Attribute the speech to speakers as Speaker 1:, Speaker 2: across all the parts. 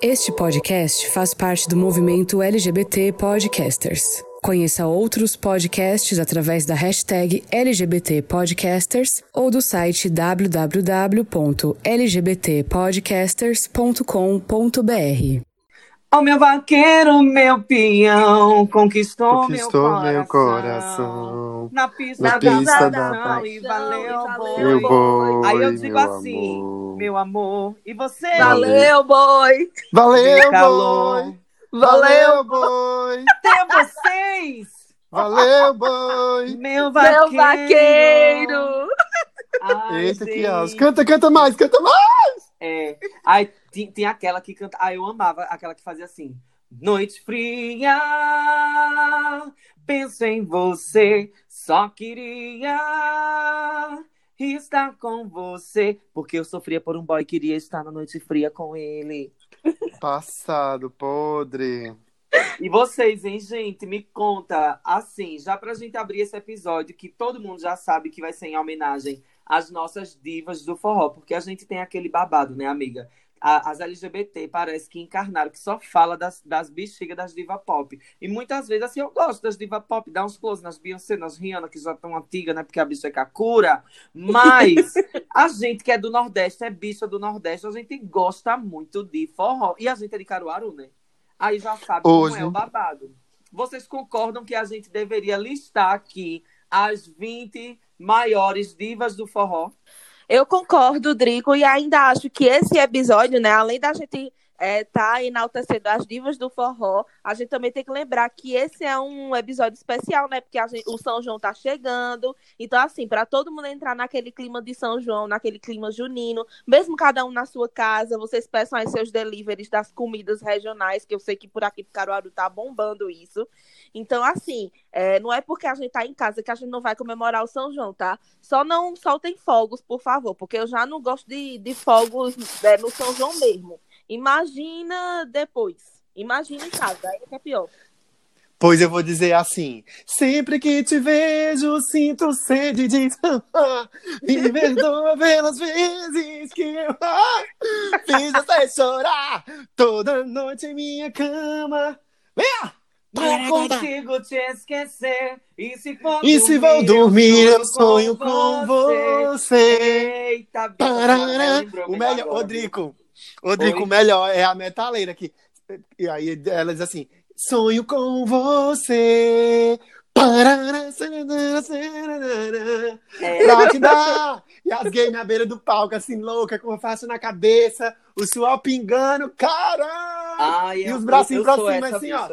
Speaker 1: Este podcast faz parte do movimento LGBT Podcasters. Conheça outros podcasts através da hashtag LGBT Podcasters ou do site www.lgbtpodcasters.com.br.
Speaker 2: O meu vaqueiro, meu peão, conquistou meu
Speaker 3: meu
Speaker 2: coração. Na pista da paixão e valeu,
Speaker 3: meu boi.
Speaker 2: Aí eu digo
Speaker 3: meu
Speaker 2: assim,
Speaker 3: amor.
Speaker 2: meu amor, e você?
Speaker 4: Valeu, boi!
Speaker 3: Valeu,
Speaker 2: calor.
Speaker 3: boi! Valeu, boi!
Speaker 2: Até vocês!
Speaker 3: Valeu, boi!
Speaker 2: Meu
Speaker 4: Meu
Speaker 2: vaqueiro!
Speaker 4: vaqueiro!
Speaker 2: Ai,
Speaker 3: Eita, que
Speaker 2: gente.
Speaker 3: alça. Canta mais, canta mais!
Speaker 2: É. Aí tinha aquela que canta. Aí eu amava aquela que fazia assim. Noite fria, penso em você, só queria estar com você, porque eu sofria por um boy e queria estar na noite fria com ele.
Speaker 3: Passado, podre.
Speaker 2: E vocês, hein, gente? Me conta, assim, já pra gente abrir esse episódio, que todo mundo já sabe que vai ser em homenagem às nossas divas do forró, porque a gente tem aquele babado, né, amiga? As LGBT parece que encarnaram, que só fala das bexigas das diva pop. E muitas vezes, assim, eu gosto das diva pop, dá uns close nas Beyoncé, nas Rihanna, que já estão antigas, né, porque a bicha é Kakura. Mas a gente que é do Nordeste, é bicha do Nordeste, a gente gosta muito de forró. E a gente é de Caruaru, né? Aí já sabe como é o babado. Vocês concordam que a gente deveria listar aqui as 20 maiores divas do forró?
Speaker 4: Eu concordo, Drico, e ainda acho que esse episódio, né, além da gente tá enaltecendo as divas do forró, a gente também tem que lembrar que esse é um episódio especial, né, porque o São João tá chegando, então assim, para todo mundo entrar naquele clima de São João, naquele clima junino, mesmo cada um na sua casa, vocês peçam aí seus deliveries das comidas regionais, que eu sei que por aqui pro Caruaru tá bombando isso. Então, assim, não é porque a gente tá em casa que a gente não vai comemorar o São João, tá? Só não soltem fogos, por favor, porque eu já não gosto de fogos no São João mesmo. Imagina depois. Imagina em casa, aí é que é pior.
Speaker 3: Pois eu vou dizer assim: sempre que te vejo, sinto sede de me perdoa pelas vezes que eu fiz você chorar toda noite em minha cama. Venha!
Speaker 2: Não consigo te esquecer. E se
Speaker 3: vou dormir, eu sonho com você.
Speaker 2: Eita, bicha,
Speaker 3: o melhor, Rodrigo, o melhor é a metaleira aqui. E aí ela diz assim: sonho com você. Pra que dá? E as gays na beira do palco, assim, louca, com a faixa na cabeça, o suor pingando, caramba! E os bracinhos pra cima, assim, ó.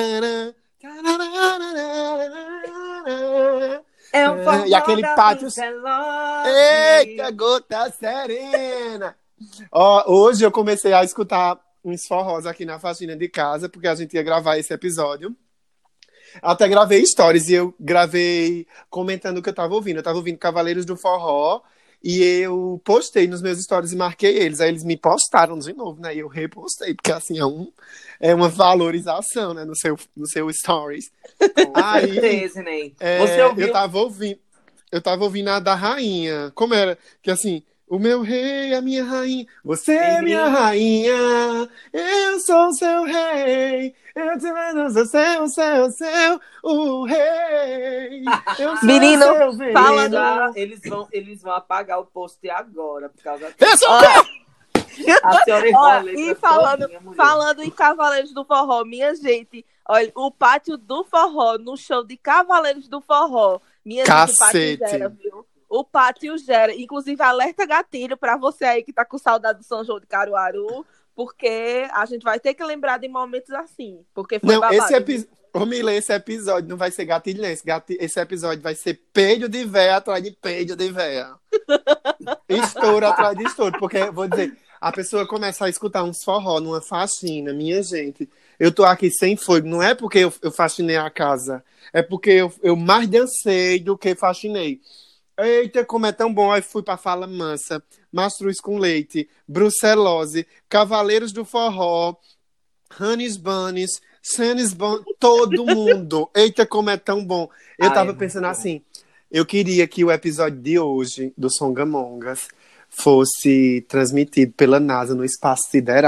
Speaker 3: E aquele pátio. Eita, gota serena! Ó, hoje eu comecei a escutar uns forrós aqui na faxina de casa, porque a gente ia gravar esse episódio. Até gravei stories e eu gravei comentando o que eu tava ouvindo. Eu tava ouvindo Cavaleiros do Forró e eu postei nos meus stories e marquei eles. Aí eles me postaram de novo, né? E eu repostei, porque assim é uma valorização, né? No seu stories. Aí
Speaker 2: Você ouviu?
Speaker 3: Eu tava ouvindo a da rainha. Como era? Que assim, o meu rei, a minha rainha, você é minha rainha, eu sou o seu rei, eu te mando o seu, o rei, eu sou
Speaker 4: Menino,
Speaker 3: o seu veneno.
Speaker 4: fala
Speaker 2: Eles vão apagar o post agora, por causa
Speaker 3: Eu sou
Speaker 2: a senhora errou a letra
Speaker 4: e
Speaker 2: todinha, mulher.
Speaker 4: falando em Cavaleiros do Forró, minha gente, olha, o pátio do forró, no show de Cavaleiros do Forró, minha gente, o pátio gera, viu? O pátio gera, inclusive alerta gatilho pra você aí que tá com saudade do São João de Caruaru, porque a gente vai ter que lembrar de momentos assim, porque foi babado.
Speaker 3: Esse episódio não vai ser gatilho, não. Esse episódio vai ser peido de véia atrás de peido de véia. Estouro atrás de estouro, porque, vou dizer, a pessoa começa a escutar uns forró numa faxina, minha gente. Eu tô aqui sem fogo, não é porque eu faxinei a casa, é porque eu mais dancei do que faxinei. Eita, como é tão bom. Aí fui pra Fala Mansa, Mastruz com Leite, Brucelose, Cavaleiros do Forró, Hannes Bunnies, Sannes Bunnies, todo mundo. Eita, como é tão bom. Eu tava pensando assim, eu queria que o episódio de hoje, do Songamongas, fosse transmitido pela NASA no espaço sideral.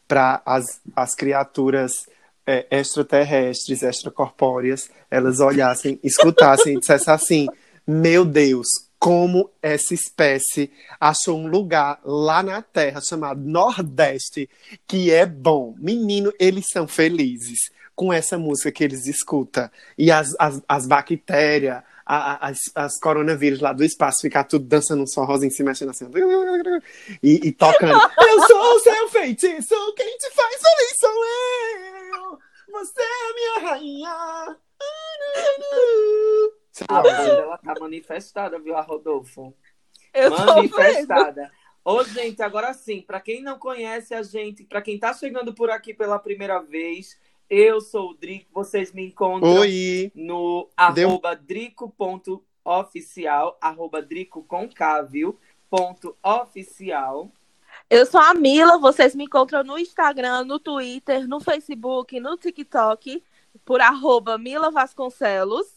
Speaker 3: para as criaturas extraterrestres, extracorpóreas, elas olhassem, escutassem e dissessem assim: meu Deus, como essa espécie achou um lugar lá na Terra chamado Nordeste, que é bom. Menino, eles são felizes com essa música que eles escutam. E as bactérias, as coronavírus lá do espaço, ficar tudo dançando um forrozinho, se mexendo assim. E tocando. Eu sou o seu feitiço, quem te faz feliz sou eu. Você é a minha rainha.
Speaker 2: A voz dela tá manifestada, viu, a Rodolfo?
Speaker 4: Eu tô vendo.
Speaker 2: Manifestada. Ô, gente, agora sim, pra quem não conhece a gente, pra quem tá chegando por aqui pela primeira vez, eu sou o Drico, vocês me encontram
Speaker 3: Oi.
Speaker 2: no @drico.oficial, @drico com K, viu? .oficial.
Speaker 4: Eu sou a Mila, vocês me encontram no Instagram, no Twitter, no Facebook, no TikTok, por @Mila Vasconcelos.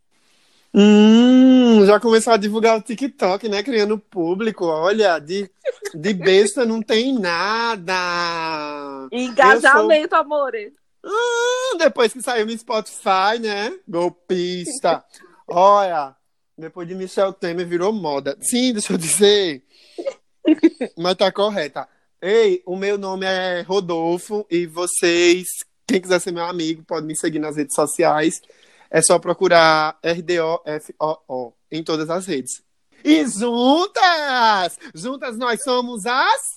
Speaker 3: Já começou a divulgar o TikTok, né? Criando público. Olha, de besta não tem nada.
Speaker 4: Engajamento, amore.
Speaker 3: Depois que saiu no Spotify, né? Golpista. Olha, depois de Michel Temer virou moda. Sim, deixa eu dizer. Mas tá correta. Ei, o meu nome é Rodolfo e vocês, quem quiser ser meu amigo, pode me seguir nas redes sociais. É só procurar RDOFOO em todas as redes. E juntas nós somos as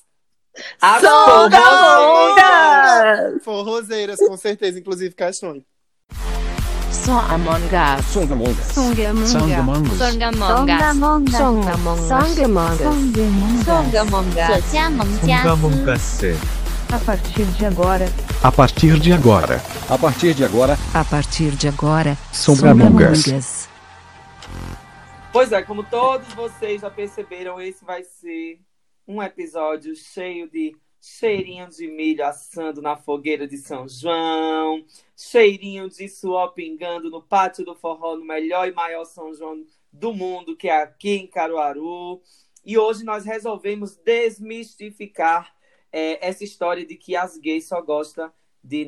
Speaker 4: Songamongas!
Speaker 3: forrozeiras, com certeza, inclusive questões.
Speaker 5: Songamongas.
Speaker 6: Songamongas.
Speaker 5: Songamongas.
Speaker 6: Songamongas.
Speaker 5: Songamongas.
Speaker 6: Songamongas.
Speaker 7: A partir de agora.
Speaker 6: A partir de agora.
Speaker 8: A partir de agora.
Speaker 7: A partir de agora.
Speaker 6: Songamongas.
Speaker 2: Pois é, como todos vocês já perceberam, esse vai ser um episódio cheio de cheirinho de milho assando na fogueira de São João, cheirinho de suor pingando no pátio do forró, no melhor e maior São João do mundo, que é aqui em Caruaru. E hoje nós resolvemos desmistificar essa história de que as gays só gostam de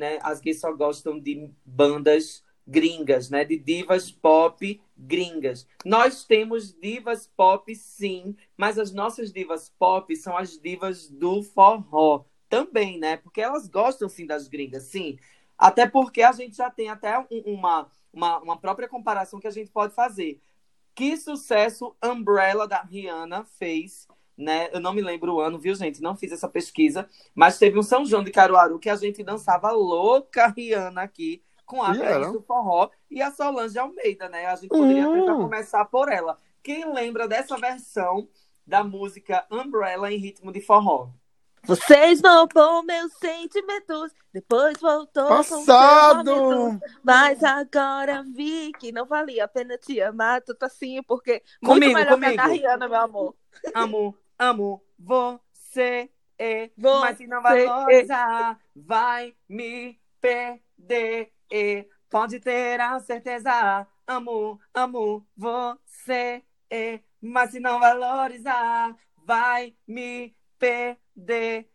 Speaker 2: bandas gringas, né? De divas pop gringas. Nós temos divas pop, sim, mas as nossas divas pop são as divas do forró também, né? Porque elas gostam, sim, das gringas, sim. Até porque a gente já tem até uma própria comparação que a gente pode fazer. Que sucesso Umbrella da Rihanna fez, né? Eu não me lembro o ano, viu, gente? Não fiz essa pesquisa, mas teve um São João de Caruaru que a gente dançava louca Rihanna aqui, com a Thaís do forró e a Solange Almeida, né? A gente poderia tentar começar por ela. Quem lembra dessa versão da música Umbrella em ritmo de forró?
Speaker 4: Vocês roubam meus sentimentos, depois voltou
Speaker 3: Passado!
Speaker 4: com seu momento, mas agora vi que não valia a pena te amar, tudo assim, porque muito melhor que a Rihanna, meu amor.
Speaker 2: Amo você, mas se não valorizar, vai me perder. Pode ter a certeza, amo você, mas se não valorizar, vai me perder.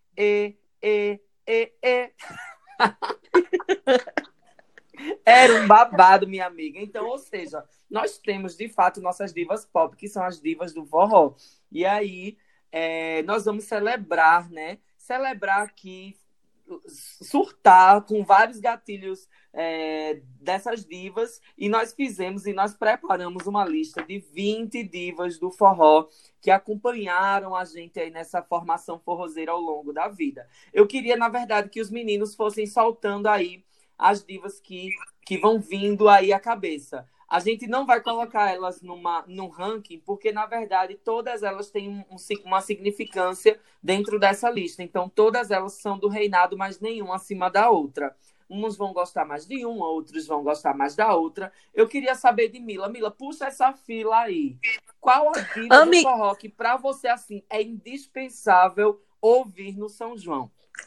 Speaker 2: Era um babado, minha amiga. Então, ou seja, nós temos de fato nossas divas pop, que são as divas do forró. E aí, nós vamos celebrar, né? Celebrar aqui, surtar com vários gatilhos dessas divas, e nós preparamos uma lista de 20 divas do forró que acompanharam a gente aí nessa formação forrozeira ao longo da vida. Eu queria, na verdade, que os meninos fossem soltando aí as divas que vão vindo aí à cabeça. A gente não vai colocar elas num ranking, porque, na verdade, todas elas têm uma significância dentro dessa lista. Então, todas elas são do reinado, mas nenhuma acima da outra. Uns vão gostar mais de uma, outros vão gostar mais da outra. Eu queria saber de Mila. Mila, puxa essa fila aí. Qual a diva do forró que, pra você, assim, é indispensável ouvir no São João?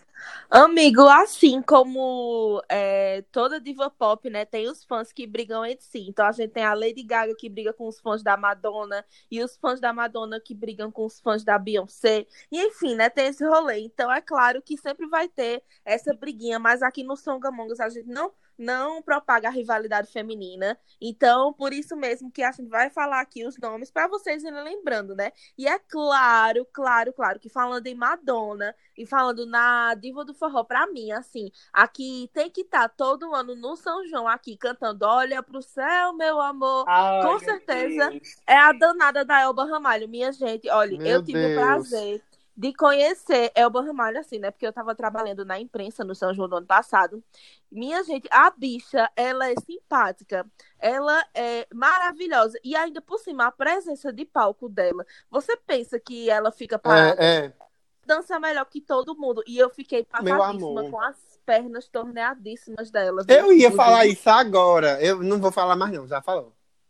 Speaker 4: Amigo, assim como toda diva pop, né, tem os fãs que brigam entre si. Então a gente tem a Lady Gaga que briga com os fãs da Madonna e os fãs da Madonna que brigam com os fãs da Beyoncé. E enfim, né, tem esse rolê. Então é claro que sempre vai ter essa briguinha, mas aqui no Songamongas a gente não propaga a rivalidade feminina. Então, por isso mesmo que a gente vai falar aqui os nomes para vocês irem lembrando, né? E é claro, claro, claro que falando em Madonna e falando na diva do forró, pra mim, assim, aqui tem que estar todo ano no São João aqui cantando Olha pro céu, meu amor.
Speaker 2: Ai,
Speaker 4: Com
Speaker 2: meu
Speaker 4: certeza
Speaker 2: Deus.
Speaker 4: é a danada da Elba Ramalho. Minha gente, olha,
Speaker 3: Meu
Speaker 4: eu tive o
Speaker 3: Deus.
Speaker 4: prazer de conhecer Elba Ramalho, assim, né? Porque eu tava trabalhando na imprensa no São João do ano passado. Minha gente, a bicha, ela é simpática, ela é maravilhosa. E ainda por cima, a presença de palco dela. Você pensa que ela fica parada?
Speaker 3: É,
Speaker 4: Dança melhor que todo mundo. E eu fiquei
Speaker 3: meu
Speaker 4: passadíssima
Speaker 3: amor.
Speaker 4: com as pernas torneadíssimas dela, viu?
Speaker 3: Eu ia falar
Speaker 4: Inclusive,
Speaker 3: isso agora. Eu não vou falar mais, não. Já falou.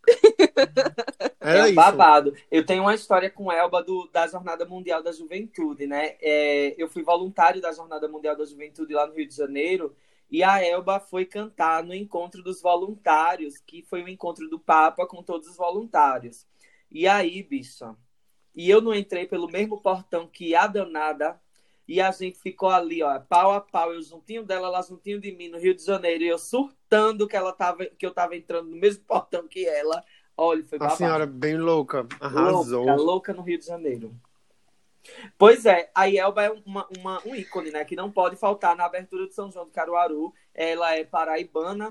Speaker 2: É
Speaker 3: Era
Speaker 2: um
Speaker 3: isso.
Speaker 2: babado. Eu tenho uma história com Elba da Jornada Mundial da Juventude, né? Eu fui voluntário da Jornada Mundial da Juventude lá no Rio de Janeiro e a Elba foi cantar no encontro dos voluntários, que foi o encontro do Papa com todos os voluntários. E aí, bicha, e eu não entrei pelo mesmo portão que a danada e a gente ficou ali, ó, pau a pau, eu juntinho dela, ela juntinho de mim no Rio de Janeiro e eu surtando que eu tava entrando no mesmo portão que ela. Olha, foi
Speaker 3: A senhora
Speaker 2: babado.
Speaker 3: bem louca.
Speaker 2: Louca,
Speaker 3: Arrasou.
Speaker 2: louca no Rio de Janeiro. Pois é, a Elba é um ícone, né? Que não pode faltar na abertura de São João do Caruaru. Ela é paraibana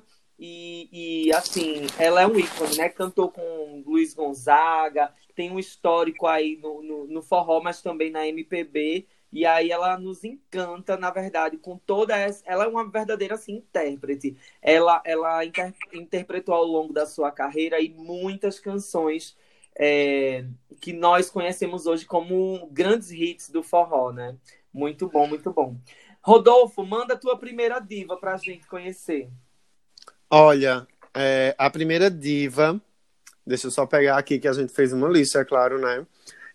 Speaker 2: assim, ela é um ícone, né? Cantou com Luiz Gonzaga, tem um histórico aí no forró, mas também na MPB. E aí ela nos encanta, na verdade, com toda essa... Ela é uma verdadeira, assim, intérprete. Ela interpretou ao longo da sua carreira aí muitas canções que nós conhecemos hoje como grandes hits do forró, né? Muito bom, muito bom. Rodolfo, manda a tua primeira diva pra gente conhecer.
Speaker 3: Olha, a primeira diva, deixa eu só pegar aqui que a gente fez uma lista, é claro, né?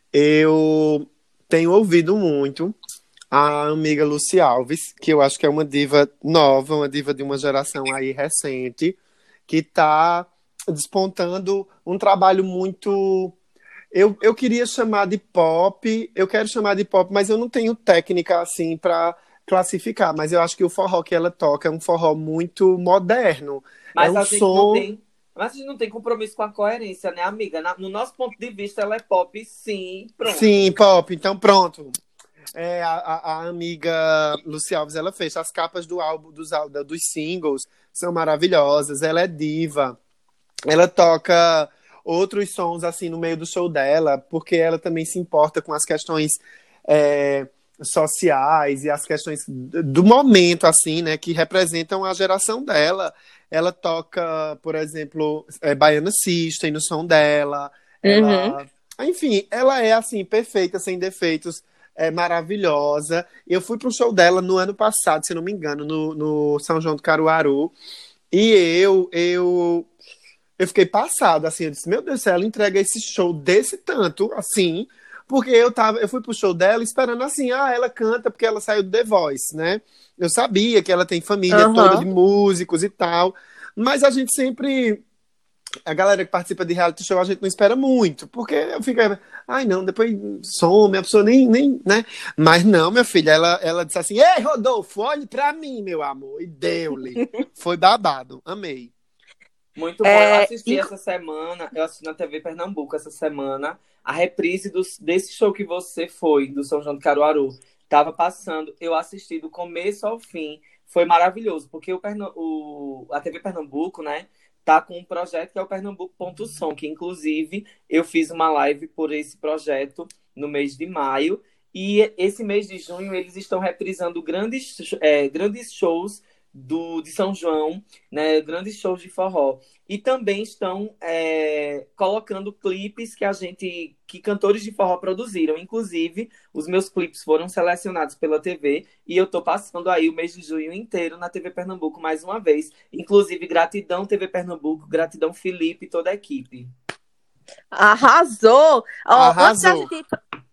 Speaker 3: Eu tenho ouvido muito a amiga Lucy Alves, que eu acho que é uma diva nova, uma diva de uma geração aí recente, que tá despontando um trabalho muito... Eu queria chamar de pop, eu quero chamar de pop, mas eu não tenho técnica assim para classificar, mas eu acho que o forró que ela toca é um forró muito moderno. É
Speaker 2: Mas
Speaker 3: um
Speaker 2: a gente não
Speaker 3: som...
Speaker 2: tem. Mas a gente não tem compromisso com a coerência, né, amiga? No nosso ponto de vista, ela é pop, sim,
Speaker 3: Sim,
Speaker 2: pronto.
Speaker 3: pop, então pronto. A amiga Lucy Alves, ela fez as capas do álbum, dos singles, são maravilhosas, ela é diva, ela toca outros sons assim no meio do show dela, porque ela também se importa com as questões é, sociais e as questões do momento, assim, né, que representam a geração dela. Ela toca, por exemplo, Baiana System no som dela,
Speaker 4: uhum.
Speaker 3: enfim, ela é assim, perfeita, sem defeitos, é maravilhosa. Eu fui pro show dela no ano passado, se não me engano, no São João do Caruaru, e eu fiquei passado, assim, eu disse, meu Deus do céu, ela entrega esse show desse tanto, assim, porque eu fui pro show dela esperando assim, ela canta porque ela saiu do The Voice, né? Eu sabia que ela tem família toda de
Speaker 4: Aham.
Speaker 3: músicos e tal, mas a gente sempre, a galera que participa de reality show, a gente não espera muito, porque eu fico, ai não, depois some, a pessoa nem, né? Mas não, minha filha, ela disse assim, ei, Rodolfo, olhe pra mim, meu amor, e deu-lhe. Foi babado, amei.
Speaker 2: Muito bom. Eu
Speaker 4: É,
Speaker 2: assisti essa semana, eu assisti na TV Pernambuco essa semana, a reprise desse show que você foi, do São João do Caruaru. Tava passando, eu assisti do começo ao fim. Foi maravilhoso, porque a TV Pernambuco, né, tá com um projeto que é o Pernambuco.som, que inclusive eu fiz uma live por esse projeto no mês de maio. E esse mês de junho eles estão reprisando grandes shows de São João, né, grandes shows de forró. E também estão colocando clipes que cantores de forró produziram. Inclusive, os meus clipes foram selecionados pela TV e eu tô passando aí o mês de junho inteiro na TV Pernambuco mais uma vez. Inclusive, gratidão TV Pernambuco, gratidão Felipe e toda a equipe.
Speaker 4: arrasou! Ó,
Speaker 3: Arrasou.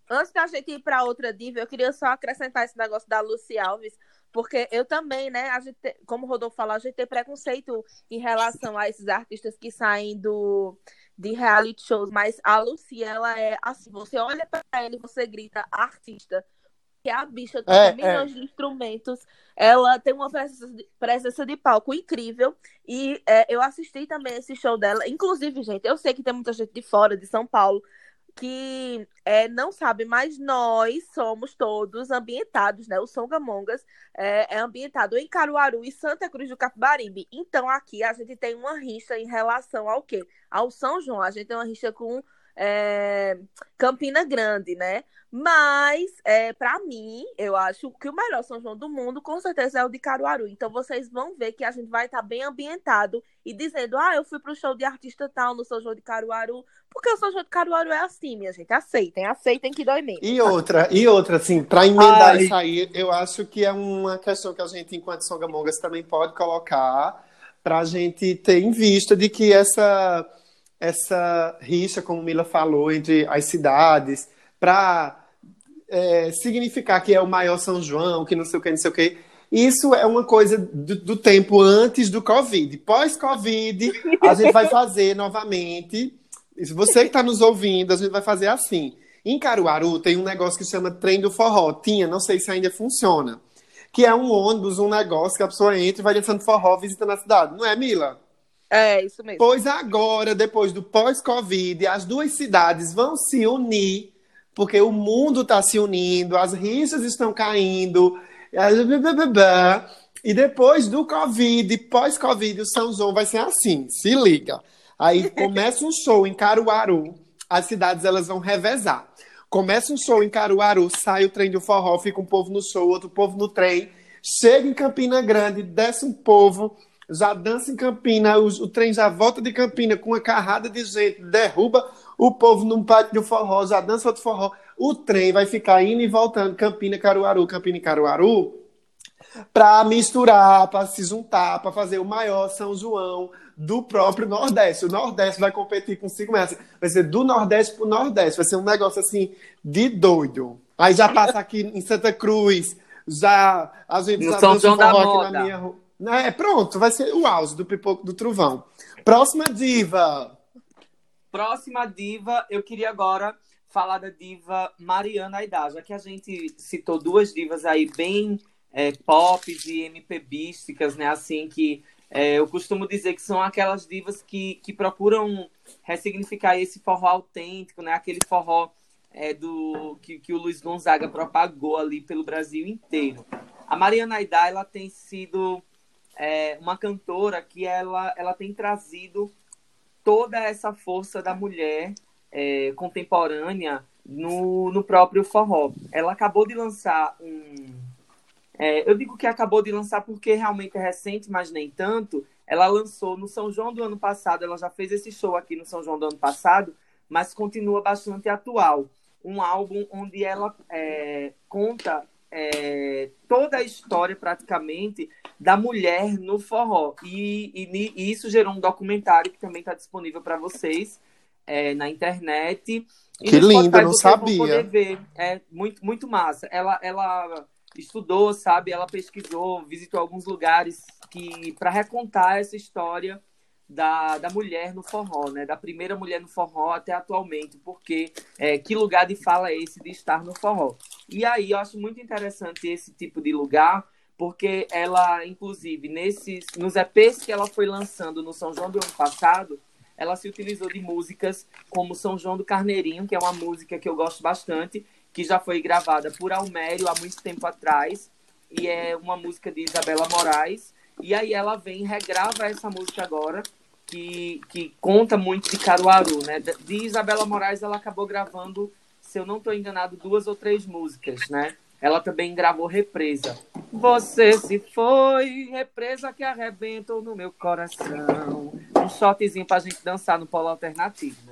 Speaker 4: Antes da gente ir para outra diva, eu queria só acrescentar esse negócio da Lucy Alves, porque eu também, né, como o Rodolfo falou, a gente tem preconceito em relação a esses artistas que saem de reality shows, mas a Lucy, ela é assim, você olha para ela e você grita artista, que a bicha toca milhões de instrumentos, ela tem uma presença de palco incrível, e eu assisti também esse show dela, inclusive, gente, eu sei que tem muita gente de fora, de São Paulo, que não sabe, mas nós somos todos ambientados, né? O Songamongas é ambientado em Caruaru e Santa Cruz do Capibaribe. Então, aqui a gente tem uma rixa em relação ao quê? Ao São João. A gente tem uma rixa com Campina Grande, né? Mas, para mim, eu acho que o melhor São João do mundo, com certeza, é o de Caruaru. Então, vocês vão ver que a gente vai estar bem ambientado e dizendo, eu fui pro show de artista tal no São João de Caruaru, porque o São João de Caruaru é assim, minha gente. Aceitem que dói menos.
Speaker 3: E outra, assim, para emendar isso aí, eu acho que é uma questão que a gente, enquanto Songamongas, também pode colocar para a gente ter em vista de que essa rixa, como Mila falou, entre as cidades, para significar que é o maior São João, que não sei o que. Isso é uma coisa do tempo antes do Covid. Pós-Covid, a gente vai fazer novamente. Se você que está nos ouvindo, a gente vai fazer assim. Em Caruaru tem um negócio que se chama Trem do Forró. Não sei se ainda funciona. Que é um ônibus, um negócio que a pessoa entra e vai dançando forró visitando a cidade. Não é, Mila?
Speaker 4: É, isso mesmo.
Speaker 3: Pois agora, depois do pós-Covid, as duas cidades vão se unir, porque o mundo está se unindo, as rixas estão caindo, e depois do Covid, pós-Covid, o São João vai ser assim, se liga. Aí começa um show em Caruaru, as cidades elas vão revezar. Começa um show em Caruaru, sai o trem do forró, fica um povo no show, outro povo no trem, chega em Campina Grande, desce um povo, já dança em Campina, o trem já volta de Campina com uma carrada de gente, derruba o povo num pátio do forró, já dança outro forró. O trem vai ficar indo e voltando, Campina e Caruaru, para misturar, para se juntar, para fazer o maior São João do próprio Nordeste. O Nordeste vai competir com 5 meses. Vai ser do Nordeste pro Nordeste. Vai ser um negócio assim de doido. Aí já passa aqui em Santa Cruz, já a gente
Speaker 2: no
Speaker 3: já
Speaker 2: São
Speaker 3: dança
Speaker 2: João da
Speaker 3: forró
Speaker 2: Moda.
Speaker 3: aqui na minha rua. Pronto, vai ser o auge do Pipoco do Trovão. Próxima diva.
Speaker 2: Próxima diva, eu queria agora falar da diva Mariana Aidar, já que a gente citou duas divas aí bem pop e MPBísticas, né? Assim que eu costumo dizer que são aquelas divas que procuram ressignificar esse forró autêntico, né? Aquele forró que o Luiz Gonzaga propagou ali pelo Brasil inteiro. A Mariana Aidar, ela tem sido uma cantora que ela tem trazido toda essa força da mulher contemporânea no próprio forró. Ela acabou de lançar eu digo que acabou de lançar porque realmente é recente, mas nem tanto. Ela lançou no São João do ano passado, ela já fez esse show aqui no São João do ano passado, mas continua bastante atual. Um álbum onde ela conta toda a história, praticamente, da mulher no forró. E isso gerou um documentário que também está disponível para vocês na internet. E
Speaker 3: que lindo,
Speaker 2: Spotify
Speaker 3: não
Speaker 2: vocês
Speaker 3: sabia.
Speaker 2: vão poder ver. É muito, muito massa. Ela estudou, sabe? Ela pesquisou, visitou alguns lugares para recontar essa história da mulher no forró, né? Da primeira mulher no forró até atualmente, porque que lugar de fala é esse de estar no forró? E aí eu acho muito interessante esse tipo de lugar, porque ela, inclusive, nos EPs que ela foi lançando no São João do ano passado, ela se utilizou de músicas como São João do Carneirinho, que é uma música que eu gosto bastante, que já foi gravada por Almério há muito tempo atrás, e é uma música de Isabela Moraes. E aí ela vem e regrava essa música agora, que conta muito de Caruaru, né? De Isabela Moraes, ela acabou gravando, se eu não estou enganado, 2 ou 3 músicas, né? Ela também gravou Represa. Você se foi, represa que arrebentou no meu coração. Um shotzinho pra gente dançar no polo alternativo, né?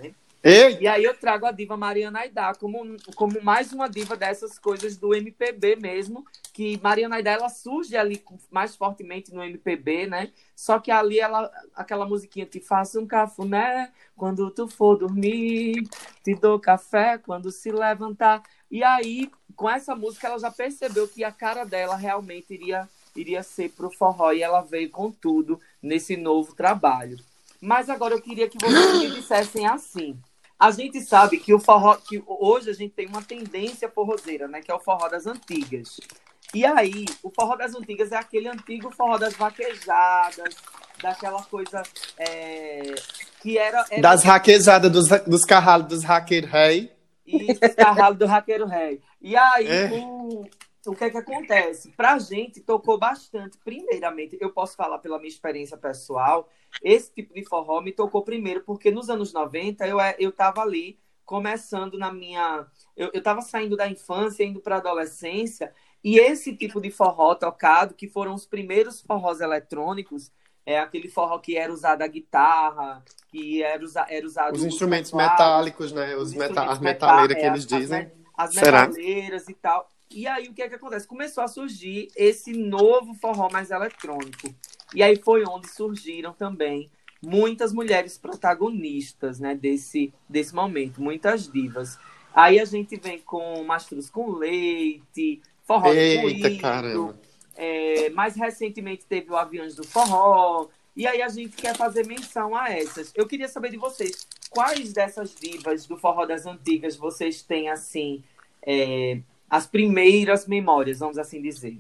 Speaker 3: Ei,
Speaker 2: E aí eu trago a diva Mariana Aidá como mais uma diva dessas coisas do MPB mesmo, que Mariana Aidá, ela surge ali mais fortemente no MPB, né? Só que ali aquela musiquinha Te faço um cafuné quando tu for dormir, te dou café quando se levantar. E aí, com essa música, ela já percebeu que a cara dela realmente iria ser pro forró, e ela veio com tudo nesse novo trabalho. Mas agora eu queria que vocês me dissessem assim. A gente sabe que o forró, que hoje a gente tem uma tendência forrozeira, né? Que é o forró das antigas. E aí, o forró das antigas é aquele antigo forró das vaquejadas, daquela coisa que era
Speaker 3: das raquejadas dos carralhos dos hacker rei.
Speaker 2: isso, escarralo do Raqueiro Rei. E aí,
Speaker 3: É.
Speaker 2: o que é que acontece? Pra gente, tocou bastante. Primeiramente, eu posso falar pela minha experiência pessoal, esse tipo de forró me tocou primeiro, porque nos anos 90 eu tava ali, começando na minha... Eu tava saindo da infância, indo pra adolescência, e esse tipo de forró tocado, que foram os primeiros forrós eletrônicos, é aquele forró que era usado a guitarra, que era usado
Speaker 3: Os instrumentos
Speaker 2: teclado,
Speaker 3: metálicos, né? As
Speaker 2: instrumentos
Speaker 3: metaleiras que eles dizem.
Speaker 2: as
Speaker 3: Será?
Speaker 2: metaleiras e tal. E aí, o que é que acontece? Começou a surgir esse novo forró mais eletrônico. E aí foi onde surgiram também muitas mulheres protagonistas, né, desse momento, muitas divas. Aí a gente vem com Mastruz com Leite, Forró do
Speaker 3: Eita,
Speaker 2: Moído,
Speaker 3: caramba.
Speaker 2: mais recentemente teve o Aviões do Forró. E aí a gente quer fazer menção a essas. Eu queria saber de vocês, quais dessas divas do forró das antigas vocês têm, assim, as primeiras memórias, vamos assim dizer?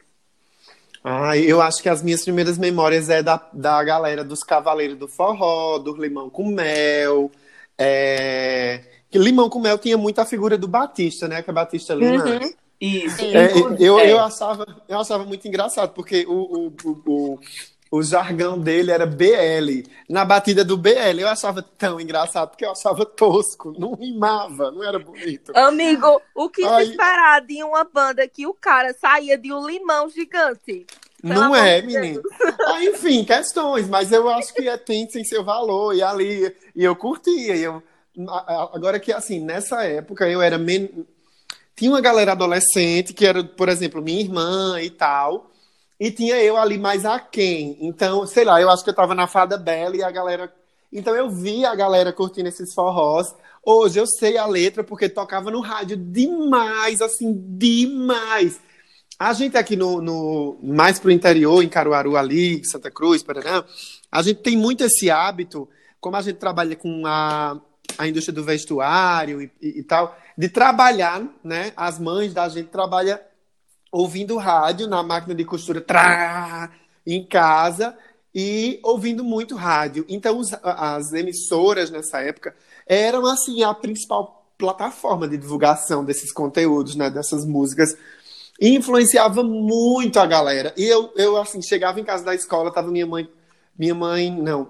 Speaker 3: Eu acho que as minhas primeiras memórias é da galera dos Cavaleiros do Forró, do Limão com Mel. Que Limão com Mel tinha muito a figura do Batista, né? Que é Batista Lima.
Speaker 4: Uhum.
Speaker 2: Isso.
Speaker 4: Sim.
Speaker 3: Eu achava muito engraçado, porque o jargão dele era BL. Na batida do BL, eu achava tão engraçado, porque eu achava tosco, não rimava, não era bonito.
Speaker 4: Amigo, o que
Speaker 3: Ai.
Speaker 4: se esperar de uma banda que o cara saía de um limão gigante? Pelo
Speaker 3: Não
Speaker 4: amor
Speaker 3: é,
Speaker 4: de Deus.
Speaker 3: menino. Enfim, questões, mas eu acho que tem seu valor, e ali, e eu curtia. Agora que, assim, nessa época, eu era tinha uma galera adolescente, que era, por exemplo, minha irmã e tal, e tinha eu ali mais aquém. Então, sei lá, eu acho que eu tava na Fada Bela e a galera... Então eu via a galera curtindo esses forrós. Hoje eu sei a letra porque tocava no rádio demais, assim, demais. A gente aqui mais pro interior, em Caruaru ali, Santa Cruz, Paraná, a gente tem muito esse hábito, como a gente trabalha com a indústria do vestuário e tal, de trabalhar, né? As mães da gente trabalham ouvindo rádio na máquina de costura em casa e ouvindo muito rádio. Então, as emissoras nessa época eram, assim, a principal plataforma de divulgação desses conteúdos, né? Dessas músicas. E influenciava muito a galera. E eu assim, chegava em casa da escola, tava minha mãe, não.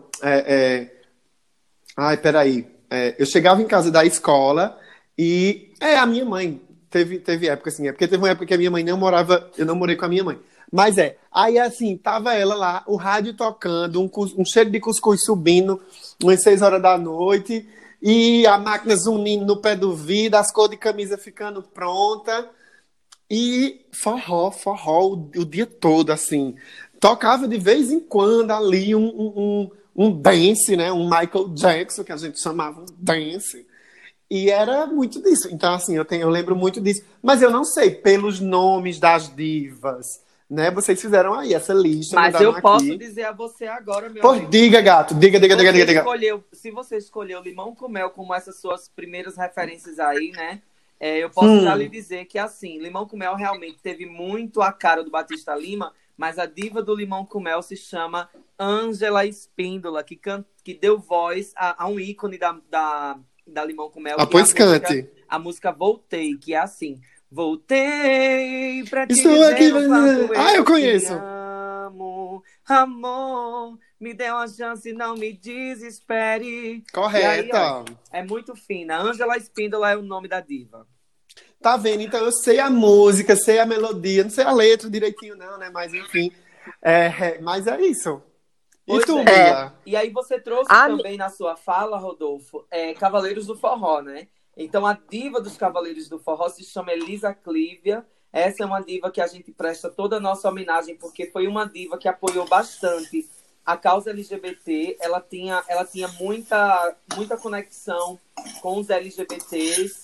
Speaker 3: Peraí. Eu chegava em casa da escola e a minha mãe teve época assim, porque teve uma época que a minha mãe não morava, eu não morei com a minha mãe. Mas aí assim, tava ela lá, o rádio tocando, um cheiro de cuscuz subindo, umas 6 horas da noite, e a máquina zunindo no pé do vidro, as cores de camisa ficando pronta, e forró o dia todo, assim. Tocava de vez em quando ali um dance, né? Um Michael Jackson, que a gente chamava um dance. E era muito disso. Então, assim, eu lembro muito disso. Mas eu não sei, pelos nomes das divas, né? Vocês fizeram aí essa lista.
Speaker 2: Mas
Speaker 3: mandaram
Speaker 2: eu posso
Speaker 3: aqui.
Speaker 2: dizer a você agora, meu
Speaker 3: Pois
Speaker 2: amigo.
Speaker 3: diga, gato. Diga.
Speaker 2: Se você escolheu Limão com Mel como essas suas primeiras referências aí, né? Eu posso já lhe dizer que, assim, Limão com Mel realmente teve muito a cara do Batista Lima, mas a diva do Limão com Mel se chama Ângela Espíndola, que deu voz a um ícone da Limão com Mel. Que
Speaker 3: Pois
Speaker 2: é
Speaker 3: cante.
Speaker 2: a música Voltei, que é assim: voltei pra te
Speaker 3: Estou
Speaker 2: dizer
Speaker 3: aqui,
Speaker 2: o quanto
Speaker 3: eu conheço.
Speaker 2: te amo, amor, me dê uma chance, não me desespere.
Speaker 3: Correta.
Speaker 2: E aí, ó, é muito fina. Ângela Espíndola é o nome da diva.
Speaker 3: Tá vendo? Então eu sei a música, sei a melodia, não sei a letra direitinho não, né? Mas enfim, mas é isso. E
Speaker 2: Pois
Speaker 3: tu,
Speaker 2: é.
Speaker 3: Mila?
Speaker 2: E aí você trouxe
Speaker 4: Ah,
Speaker 2: também na sua fala, Rodolfo, Cavaleiros do Forró, né? Então a diva dos Cavaleiros do Forró se chama Elisa Clívia. Essa é uma diva que a gente presta toda a nossa homenagem, porque foi uma diva que apoiou bastante a causa LGBT. Ela tinha muita conexão com os LGBTs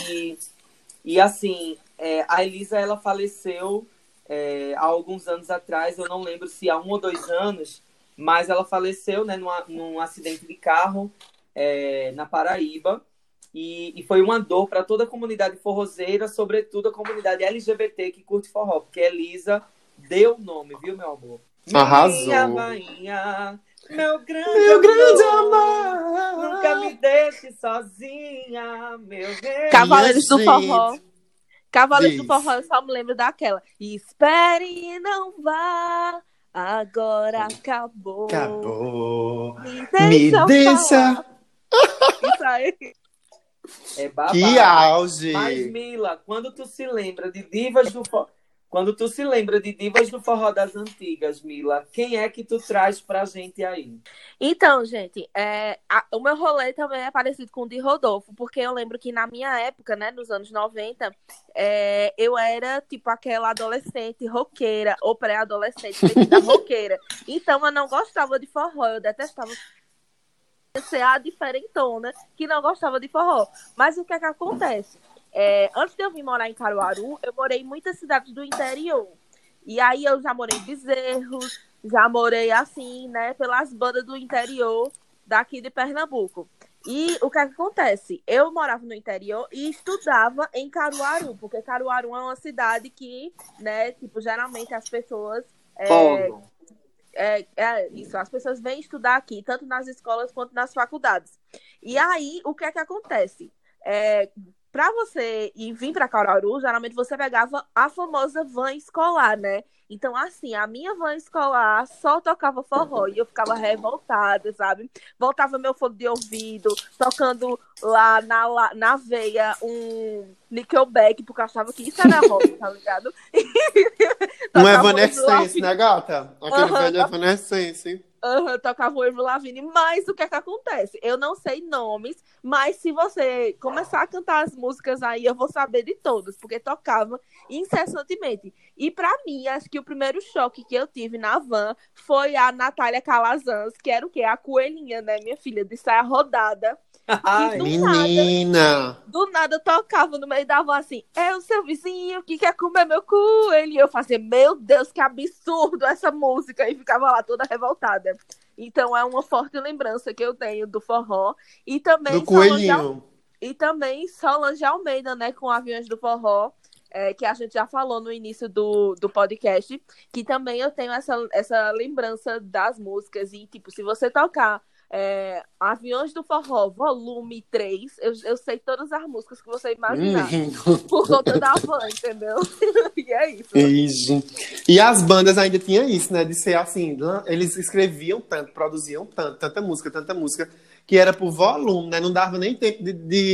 Speaker 2: e assim, a Elisa, ela faleceu há alguns anos atrás, eu não lembro se há 1 ou 2 anos, mas ela faleceu, né, num acidente de carro na Paraíba. E foi uma dor para toda a comunidade forrozeira, sobretudo a comunidade LGBT que curte forró, porque a Elisa deu o nome, viu, meu amor?
Speaker 3: Arrasou.
Speaker 2: Minha rainha, meu
Speaker 3: Meu grande
Speaker 2: amor,
Speaker 3: amor.
Speaker 2: nunca me deixe sozinha, meu rei.
Speaker 4: Cavaleiros do
Speaker 3: Minha
Speaker 4: Forró.
Speaker 3: gente.
Speaker 4: Cavaleiros do
Speaker 3: Diz.
Speaker 4: Forró, eu só me lembro daquela. Espere e não vá, agora acabou.
Speaker 3: Acabou.
Speaker 4: Me
Speaker 3: Me
Speaker 4: deixa
Speaker 3: deixa.
Speaker 4: falar. Isso aí.
Speaker 2: É babado.
Speaker 3: Que auge.
Speaker 2: Mas, Mila, quando tu se lembra de divas do forró, quando tu se lembra de divas do forró das antigas, Mila, quem é que tu traz pra gente aí?
Speaker 4: Então, gente, o meu rolê também é parecido com o de Rodolfo, porque eu lembro que na minha época, né, nos anos 90, eu era, tipo, aquela adolescente roqueira, ou pré-adolescente, metida roqueira. Então, eu não gostava de forró, eu detestava ser a diferentona que não gostava de forró. Mas o que é que acontece? Antes de eu vir morar em Caruaru, eu morei em muitas cidades do interior. E aí eu já morei em Bezerros, já morei assim, né, pelas bandas do interior daqui de Pernambuco. E o que é que acontece? Eu morava no interior e estudava em Caruaru, porque Caruaru é uma cidade que, né, tipo, geralmente as pessoas
Speaker 2: Polo.
Speaker 4: isso, as pessoas vêm estudar aqui, tanto nas escolas quanto nas faculdades. E aí, o que é que acontece? Para você vir para Caruaru, geralmente você pegava a famosa van escolar, né? Então, assim, a minha van escolar só tocava forró e eu ficava revoltada, sabe? Voltava meu fone de ouvido, tocando lá na veia um Nickelback, porque eu achava que isso era rock, tá ligado?
Speaker 3: Um
Speaker 4: Tocava
Speaker 3: Evanescence, né, gata? Aquele velho Evanescence.
Speaker 4: tocava o Avril Lavigne, mas o que é que acontece? Eu não sei nomes, mas se você começar a cantar as músicas aí, eu vou saber de todas, porque tocava incessantemente. E pra mim, acho que o primeiro choque que eu tive na van foi a Natália Calazans, que era o quê? A coelhinha, né, minha filha, de saia rodada.
Speaker 2: Ai,
Speaker 3: Menina.
Speaker 4: Do nada tocava no meio da van assim, é o seu vizinho que quer comer meu coelho. E eu fazia, meu Deus, que absurdo essa música. E ficava lá toda revoltada. Então é uma forte lembrança que eu tenho do forró. E também
Speaker 3: Do coelhinho.
Speaker 4: Solange Almeida, né, com Aviões do Forró. Que a gente já falou no início do podcast. Que também eu tenho essa lembrança das músicas. E, tipo, se você tocar Aviões do Forró, volume 3, eu sei todas as músicas que você imaginar. Por conta da van, entendeu? E é isso.
Speaker 3: Isso. E as bandas ainda tinham isso, né? De ser assim, eles escreviam tanto, produziam tanto, tanta música, que era por volume, né? Não dava nem tempo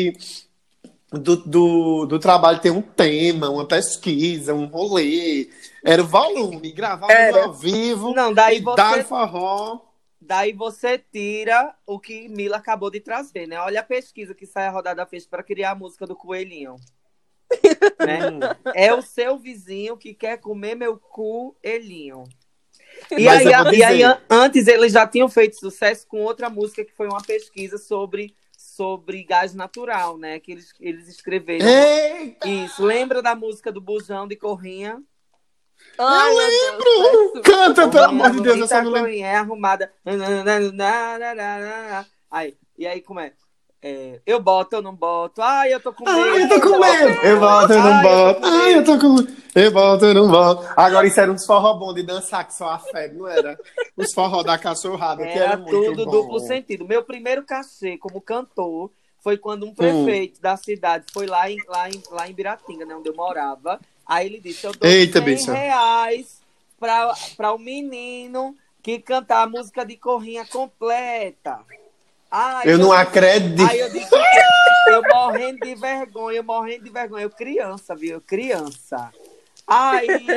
Speaker 3: do trabalho ter um tema, uma pesquisa, um rolê. Era o volume, gravava ao vivo.
Speaker 2: Não, daí
Speaker 3: dar forró.
Speaker 2: Daí você tira o que Mila acabou de trazer, né? Olha a pesquisa que Saia Rodada fez para criar a música do Coelhinho. Né? É o seu vizinho que quer comer meu coelhinho. E aí, antes eles já tinham feito sucesso com outra música que foi uma pesquisa sobre gás natural, né? Que eles escreveram.
Speaker 3: Eita!
Speaker 2: Isso. Lembra da música do Bujão de Corrinha?
Speaker 4: Ai,
Speaker 3: eu lembro! Canta, pelo amor de Deus, eu só não lembro.
Speaker 2: É arrumada. E aí, como é? Eu boto, eu não boto. Ai, eu tô com medo.
Speaker 3: Ai, eu tô com medo. Eu boto, eu não boto. Ai, eu tô com medo. Eu boto, eu não boto. Agora, isso era uns forró bom de dançar, que só a febre, não era? Os forró da cachorrada, que era muito
Speaker 2: tudo
Speaker 3: bom.
Speaker 2: Duplo sentido. Meu primeiro cachê como cantor foi quando um prefeito da cidade foi lá em Biratinga, né, onde eu morava. Aí ele disse, eu dou R$100 para o menino que cantar a música de Corrinha completa.
Speaker 3: Eu não acredito.
Speaker 2: Aí eu disse, eu morrendo de vergonha. Eu criança, viu? Criança. Aí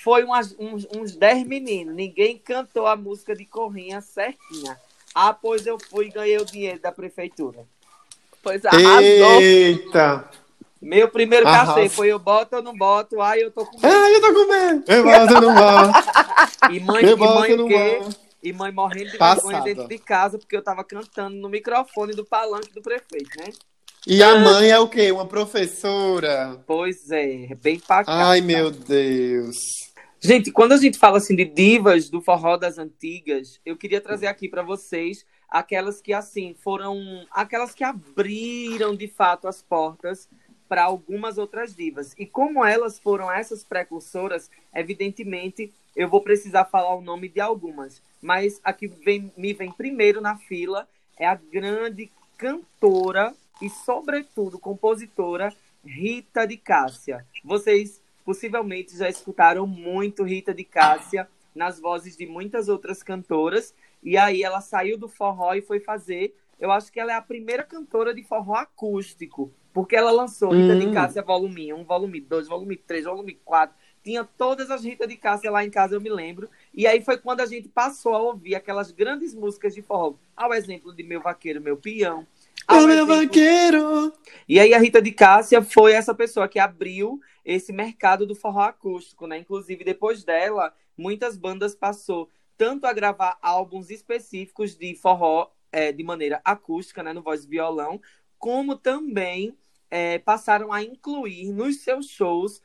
Speaker 2: Foi uns 10 meninos. Ninguém cantou a música de Corrinha certinha. Ah, pois eu fui e ganhei o dinheiro da prefeitura.
Speaker 4: Pois arrasou.
Speaker 3: Eita!
Speaker 2: Meu primeiro
Speaker 3: Arrasa.
Speaker 2: cachê foi eu boto ou não boto? Ai, eu tô com medo.
Speaker 3: Ai, eu tô com medo! Eu boto, eu não boto.
Speaker 2: E mãe,
Speaker 3: Eu
Speaker 2: e
Speaker 3: boto,
Speaker 2: mãe
Speaker 3: eu
Speaker 2: o
Speaker 3: não
Speaker 2: quê?
Speaker 3: boto.
Speaker 2: E mãe morrendo de
Speaker 3: Passada.
Speaker 2: vergonha dentro de casa, porque eu tava cantando no microfone do palanque do prefeito, né?
Speaker 3: E a mãe é o quê? Uma professora?
Speaker 2: Pois é, bem pacata.
Speaker 3: Ai, meu Deus.
Speaker 2: Gente, quando a gente fala assim de divas do forró das antigas, eu queria trazer aqui para vocês aquelas que assim foram, aquelas que abriram de fato as portas para algumas outras divas. E como elas foram essas precursoras, evidentemente eu vou precisar falar o nome de algumas, mas a que me vem primeiro na fila é a grande cantora e sobretudo compositora Rita de Cássia. Vocês possivelmente já escutaram muito Rita de Cássia nas vozes de muitas outras cantoras. E aí ela saiu do forró e foi fazer... Eu acho que ela é a primeira cantora de forró acústico. Porque ela lançou Rita de Cássia volume 1, volume 2, volume 3, volume 4. Tinha todas as Rita de Cássia lá em casa, eu me lembro. E aí foi quando a gente passou a ouvir aquelas grandes músicas de forró. Ao exemplo de Meu Vaqueiro, Meu Peão.
Speaker 3: Ô, meu vaqueiro!
Speaker 2: E aí a Rita de Cássia foi essa pessoa que abriu esse mercado do forró acústico, né? Inclusive, depois dela, muitas bandas passou tanto a gravar álbuns específicos de forró de maneira acústica, né? No voz e violão, como também passaram a incluir nos seus shows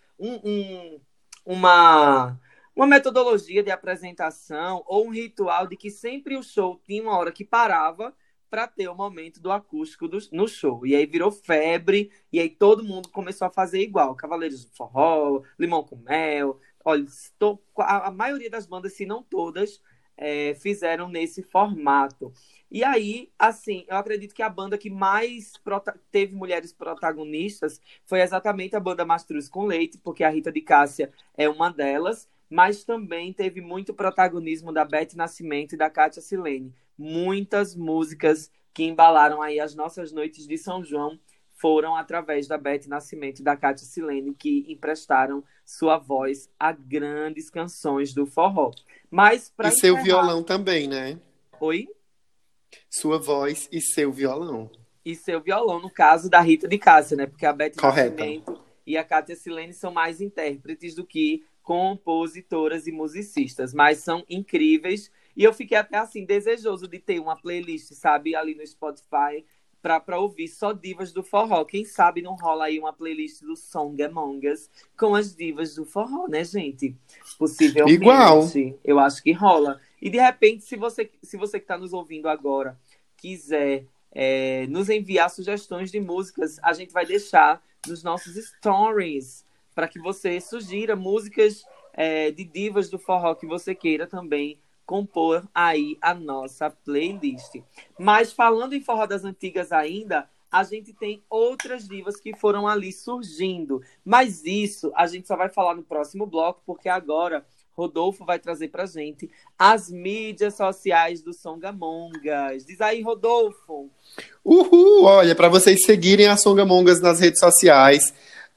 Speaker 2: uma metodologia de apresentação ou um ritual de que sempre o show tinha uma hora que parava para ter o momento do acústico no show. E aí virou febre, e aí todo mundo começou a fazer igual. Cavaleiros do Forró, Limão com Mel. Olha, a maioria das bandas, se não todas, fizeram nesse formato. E aí, assim, eu acredito que a banda que mais teve mulheres protagonistas foi exatamente a banda Mastruz com Leite, porque a Rita de Cássia é uma delas, mas também teve muito protagonismo da Beth Nascimento e da Kátia Silene. Muitas músicas que embalaram aí as nossas noites de São João foram através da Beth Nascimento e da Kátia Silene, que emprestaram sua voz a grandes canções do forró. Mas
Speaker 3: E seu violão também, né?
Speaker 2: Oi?
Speaker 3: Sua voz e seu violão.
Speaker 2: E seu violão, no caso da Rita de Cássia, né? Porque a Beth
Speaker 3: Correta.
Speaker 2: Nascimento e a Kátia Silene são mais intérpretes do que compositoras e musicistas, mas são incríveis. E eu fiquei até assim, desejoso de ter uma playlist, sabe, ali no Spotify, pra ouvir só divas do forró. Quem sabe não rola aí uma playlist do Song Among Us com as divas do forró, né, gente? Possivelmente.
Speaker 3: Igual.
Speaker 2: Eu acho que rola. E de repente, se você que está nos ouvindo agora quiser nos enviar sugestões de músicas, a gente vai deixar nos nossos stories para que você sugira músicas de divas do forró que você queira também compor aí a nossa playlist. Mas falando em forró das antigas ainda, a gente tem outras divas que foram ali surgindo. Mas isso a gente só vai falar no próximo bloco, porque agora Rodolfo vai trazer pra gente as mídias sociais do Songamongas. Diz aí, Rodolfo.
Speaker 3: Uhul! Olha, para vocês seguirem a Songamongas nas redes sociais,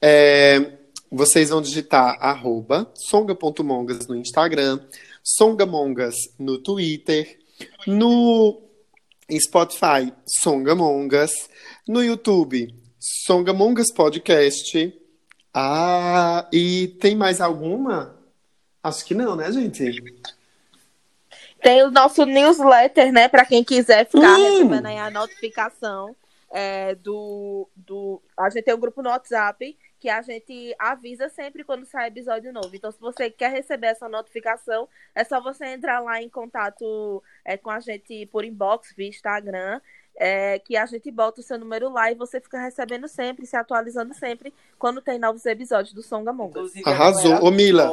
Speaker 3: vocês vão digitar @songa.mongas no Instagram, Songamongas no Twitter, no Spotify, Songamongas, no YouTube, Songamongas Podcast. Ah, e tem mais alguma? Acho que não, né, gente?
Speaker 4: Tem o nosso newsletter, né? Para quem quiser ficar recebendo aí a notificação A gente tem um grupo no WhatsApp que a gente avisa sempre quando sai episódio novo. Então, se você quer receber essa notificação, é só você entrar lá em contato com a gente por inbox, via Instagram, que a gente bota o seu número lá e você fica recebendo sempre, se atualizando sempre quando tem novos episódios do Songamongas.
Speaker 3: Arrasou. Ô, Mila.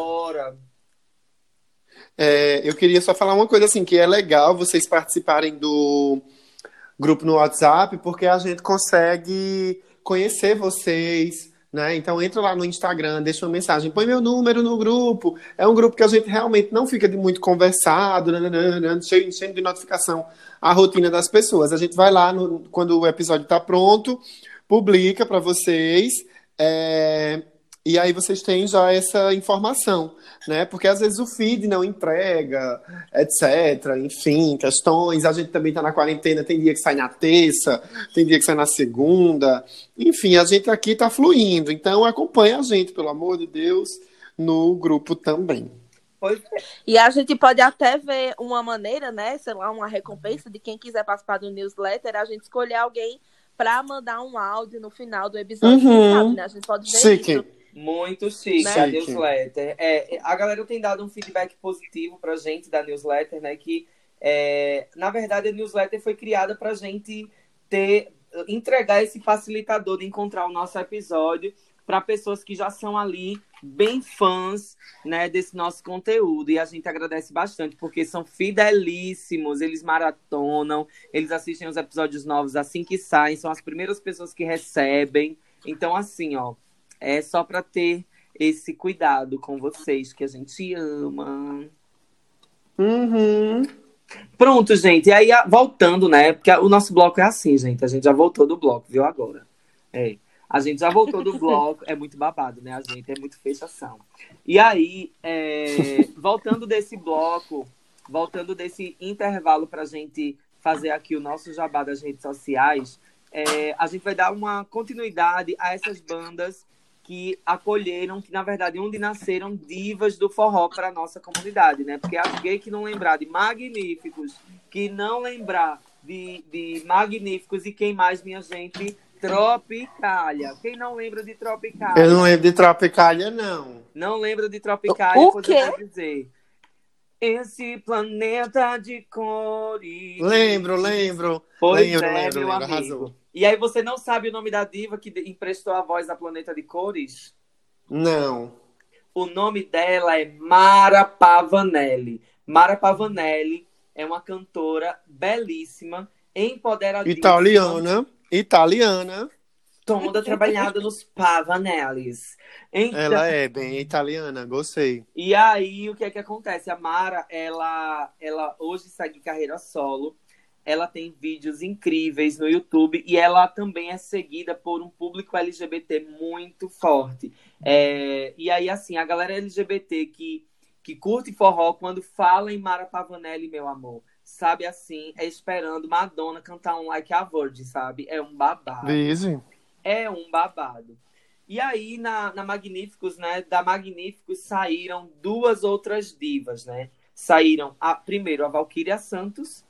Speaker 3: Eu queria só falar uma coisa assim, que é legal vocês participarem do grupo no WhatsApp, porque a gente consegue conhecer vocês, né? Então entra lá no Instagram, deixa uma mensagem, põe meu número no grupo. É um grupo que a gente realmente não fica de muito conversado, enchendo de notificação a rotina das pessoas. A gente vai lá, quando o episódio está pronto, publica para vocês. E aí vocês têm já essa informação, né? Porque às vezes o feed não entrega, etc. Enfim, questões. A gente também está na quarentena, tem dia que sai na terça, tem dia que sai na segunda. Enfim, a gente aqui está fluindo. Então acompanha a gente, pelo amor de Deus, no grupo também.
Speaker 2: Pois é.
Speaker 4: E a gente pode até ver uma maneira, né? Sei lá, uma recompensa de quem quiser participar do newsletter, a gente escolher alguém para mandar um áudio no final do episódio, quem sabe, né? A gente pode ver
Speaker 3: Chique.
Speaker 4: isso.
Speaker 2: Muito chique,
Speaker 4: Né?
Speaker 2: a newsletter. A galera tem dado um feedback positivo pra gente da newsletter, né? Que, na verdade, a newsletter foi criada pra gente entregar esse facilitador de encontrar o nosso episódio para pessoas que já são ali bem fãs, né, desse nosso conteúdo. E a gente agradece bastante, porque são fidelíssimos, eles maratonam, eles assistem os episódios novos assim que saem, são as primeiras pessoas que recebem. Então, assim, ó, é só para ter esse cuidado com vocês, que a gente ama.
Speaker 3: Uhum.
Speaker 2: Pronto, gente. E aí, voltando, né? Porque o nosso bloco é assim, gente. A gente já voltou do bloco, viu, agora? A gente já voltou do bloco. É muito babado, né? A gente é muito fechação. E aí, voltando desse bloco, voltando desse intervalo pra gente fazer aqui o nosso jabá das redes sociais, a gente vai dar uma continuidade a essas bandas que acolheram, que na verdade onde nasceram divas do forró para a nossa comunidade, né? Porque as gays que não lembrar de Magníficos, que não lembrar de Magníficos e quem mais, minha gente? Tropicália. Quem não lembra de Tropicália?
Speaker 3: Eu não lembro de Tropicália, não.
Speaker 2: Não lembra de Tropicália?
Speaker 4: O
Speaker 2: Pois
Speaker 4: quê?
Speaker 2: eu vou dizer. Esse planeta de cores.
Speaker 3: Lembro.
Speaker 2: Pois
Speaker 3: lembro,
Speaker 2: meu amigo.
Speaker 3: arrasou.
Speaker 2: E aí você não sabe o nome da diva que emprestou a voz a Planeta de Cores?
Speaker 3: Não.
Speaker 2: O nome dela é Mara Pavanelli. Mara Pavanelli é uma cantora belíssima, empoderadíssima.
Speaker 3: Italiana.
Speaker 2: Toda trabalhada nos Pavanellis. Então,
Speaker 3: Ela é bem italiana, gostei.
Speaker 2: e aí, o que é que acontece? A Mara, ela hoje segue carreira solo. Ela tem vídeos incríveis no YouTube e ela também é seguida por um público LGBT muito forte. E aí, assim, a galera LGBT que curte forró, quando fala em Mara Pavanelli, meu amor, sabe assim, esperando Madonna cantar um Like a Virgin, sabe? É um babado.
Speaker 3: Vise.
Speaker 2: É um babado. E aí, na Magníficos, né? Da Magníficos saíram duas outras divas, né? Saíram, primeiro, a Valquíria Santos.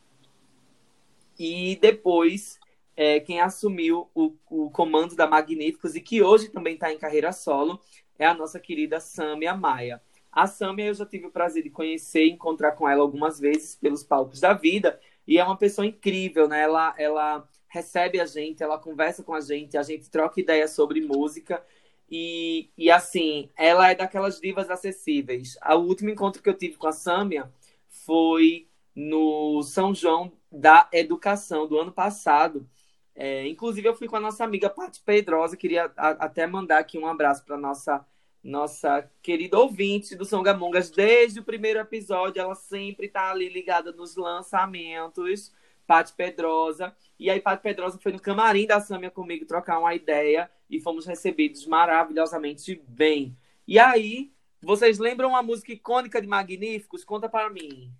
Speaker 2: E depois, quem assumiu o comando da Magníficos e que hoje também está em carreira solo é a nossa querida Sâmia Maia. A Sâmia eu já tive o prazer de conhecer e encontrar com ela algumas vezes pelos palcos da vida. E é uma pessoa incrível, né? Ela recebe a gente, ela conversa com a gente troca ideias sobre música. E assim, ela é daquelas divas acessíveis. O último encontro que eu tive com a Sâmia foi no São João da Educação do ano passado. Inclusive, eu fui com a nossa amiga Paty Pedrosa. Queria até mandar aqui um abraço para nossa querida ouvinte do Songamongas. Desde o primeiro episódio, ela sempre está ali ligada nos lançamentos. Paty Pedrosa. E aí, Paty Pedrosa foi no camarim da Sâmia comigo trocar uma ideia e fomos recebidos maravilhosamente bem. E aí, vocês lembram uma música icônica de Magníficos? Conta para mim.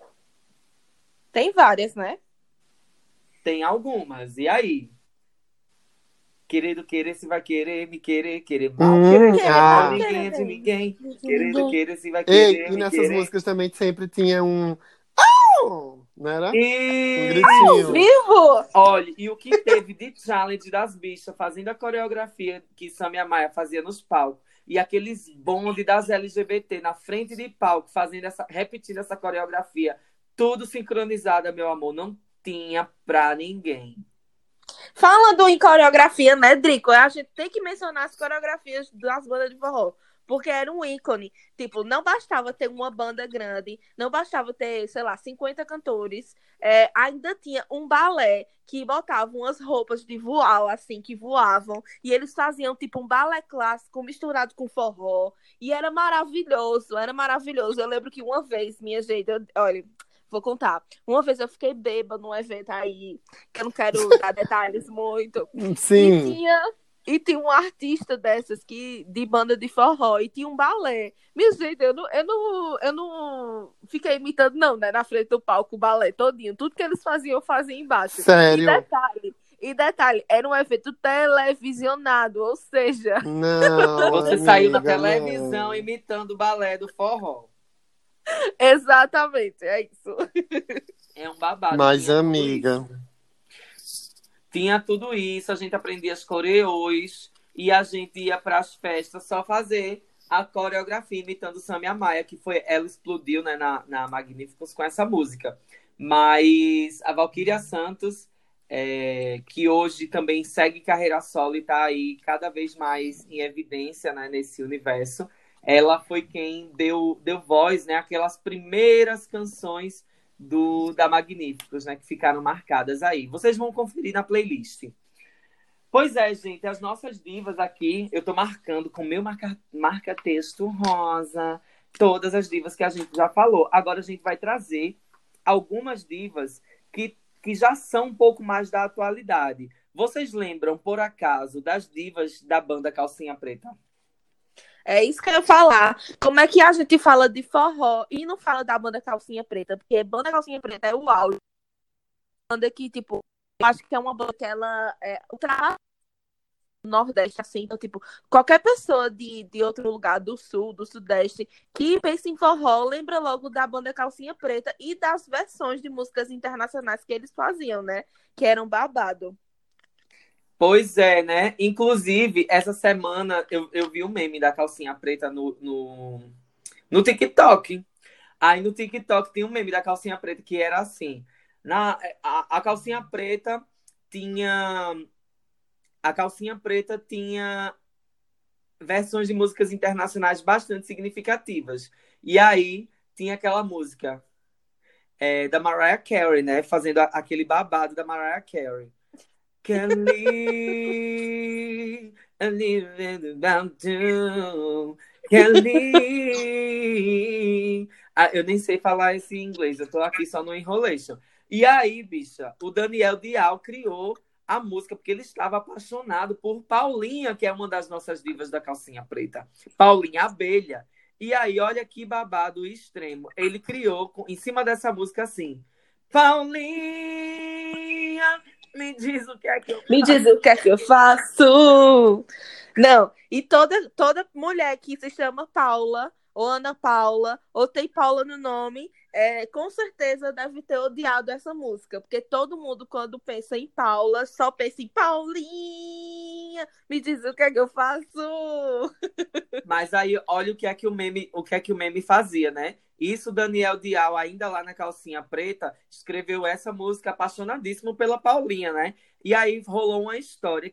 Speaker 4: Tem várias, né?
Speaker 2: Tem algumas. E aí? Querer do querer, se vai querer, me querer, querer mal. Mal ninguém de ninguém. Querer do querer, se vai querer,
Speaker 3: E
Speaker 2: me
Speaker 3: nessas
Speaker 2: querer.
Speaker 3: músicas também sempre tinha um... Não era? Um
Speaker 2: E...
Speaker 3: gritinho.
Speaker 4: Vivo!
Speaker 2: Olha, e o que teve de challenge das bichas fazendo a coreografia que Sâmia Maia fazia nos palcos e aqueles bonde das LGBT na frente de palco repetindo essa coreografia, tudo sincronizado, meu amor, não tinha pra ninguém.
Speaker 4: Falando em coreografia, né, Drico? A gente tem que mencionar as coreografias das bandas de forró. Porque era um ícone. Tipo, não bastava ter uma banda grande, não bastava ter, sei lá, 50 cantores. Ainda tinha um balé que botava umas roupas de voal, assim, que voavam. E eles faziam, tipo, um balé clássico misturado com forró. E era maravilhoso, era maravilhoso. Eu lembro que uma vez, minha gente, olha, vou contar. Uma vez eu fiquei bêbada num evento aí, que eu não quero dar detalhes muito.
Speaker 3: Sim.
Speaker 4: E tinha E tinha um artista dessas de banda de forró e tinha um balé. Minha gente, eu não fiquei imitando, não, né? Na frente do palco, o balé todinho. Tudo que eles faziam, eu fazia embaixo.
Speaker 3: Sério?
Speaker 4: E detalhe, era um evento televisionado, ou seja,
Speaker 3: Não,
Speaker 2: Você saiu na
Speaker 3: amiga,
Speaker 2: televisão
Speaker 3: não.
Speaker 2: imitando o balé do forró.
Speaker 4: exatamente, é isso.
Speaker 2: É um babado.
Speaker 3: Mas,
Speaker 2: Tinha tudo
Speaker 3: amiga,
Speaker 2: isso. Tinha tudo isso, a gente aprendia as coreôs e a gente ia para as festas só fazer a coreografia imitando Samia Maia, que foi ela explodiu, né, na Magníficos com essa música. Mas a Valquíria Santos, que hoje também segue carreira solo e está aí cada vez mais em evidência, né, nesse universo, ela foi quem deu voz, né, àquelas primeiras canções da Magníficos, né, que ficaram marcadas aí. Vocês vão conferir na playlist. Pois é, gente, as nossas divas aqui, eu tô marcando com o meu marca-texto rosa, todas as divas que a gente já falou. Agora a gente vai trazer algumas divas que já são um pouco mais da atualidade. Vocês lembram, por acaso, das divas da banda Calcinha Preta?
Speaker 4: É isso que eu ia falar. Como é que a gente fala de forró e não fala da banda Calcinha Preta? Porque banda Calcinha Preta é o auge. Banda que, tipo, eu acho que é uma banda que ela ultrapassa o Nordeste, assim. Então, tipo, qualquer pessoa de outro lugar, do Sul, do Sudeste, que pensa em forró, lembra logo da banda Calcinha Preta e das versões de músicas internacionais que eles faziam, né? Que eram babado.
Speaker 2: Pois é, né? Inclusive, essa semana eu vi um meme da Calcinha Preta no TikTok. Aí no TikTok tem um meme da Calcinha Preta que era assim. A Calcinha Preta tinha. A Calcinha Preta tinha versões de músicas internacionais bastante significativas. E aí tinha aquela música da Mariah Carey, né? Fazendo aquele babado da Mariah Carey. Can live and live about you. Can live. Eu nem sei falar esse inglês, eu tô aqui só no enrolation. E aí, bicha, o Daniel Dial criou a música porque ele estava apaixonado por Paulinha, que é uma das nossas divas da Calcinha Preta. Paulinha Abelha. E aí, olha que babado extremo. Ele criou, em cima dessa música, assim... Paulinha... Me diz o que é que eu faço.
Speaker 4: Me diz o que é que eu faço. Não, e toda mulher que se chama Paula, ou Ana Paula, ou tem Paula no nome, com certeza deve ter odiado essa música. Porque todo mundo, quando pensa em Paula, só pensa em Paulinha. Me diz o que é que eu faço.
Speaker 2: Mas aí, olha o que é que o meme fazia, né? Isso, Daniel Dial, ainda lá na Calcinha Preta, escreveu essa música apaixonadíssimo pela Paulinha, né? E aí rolou uma história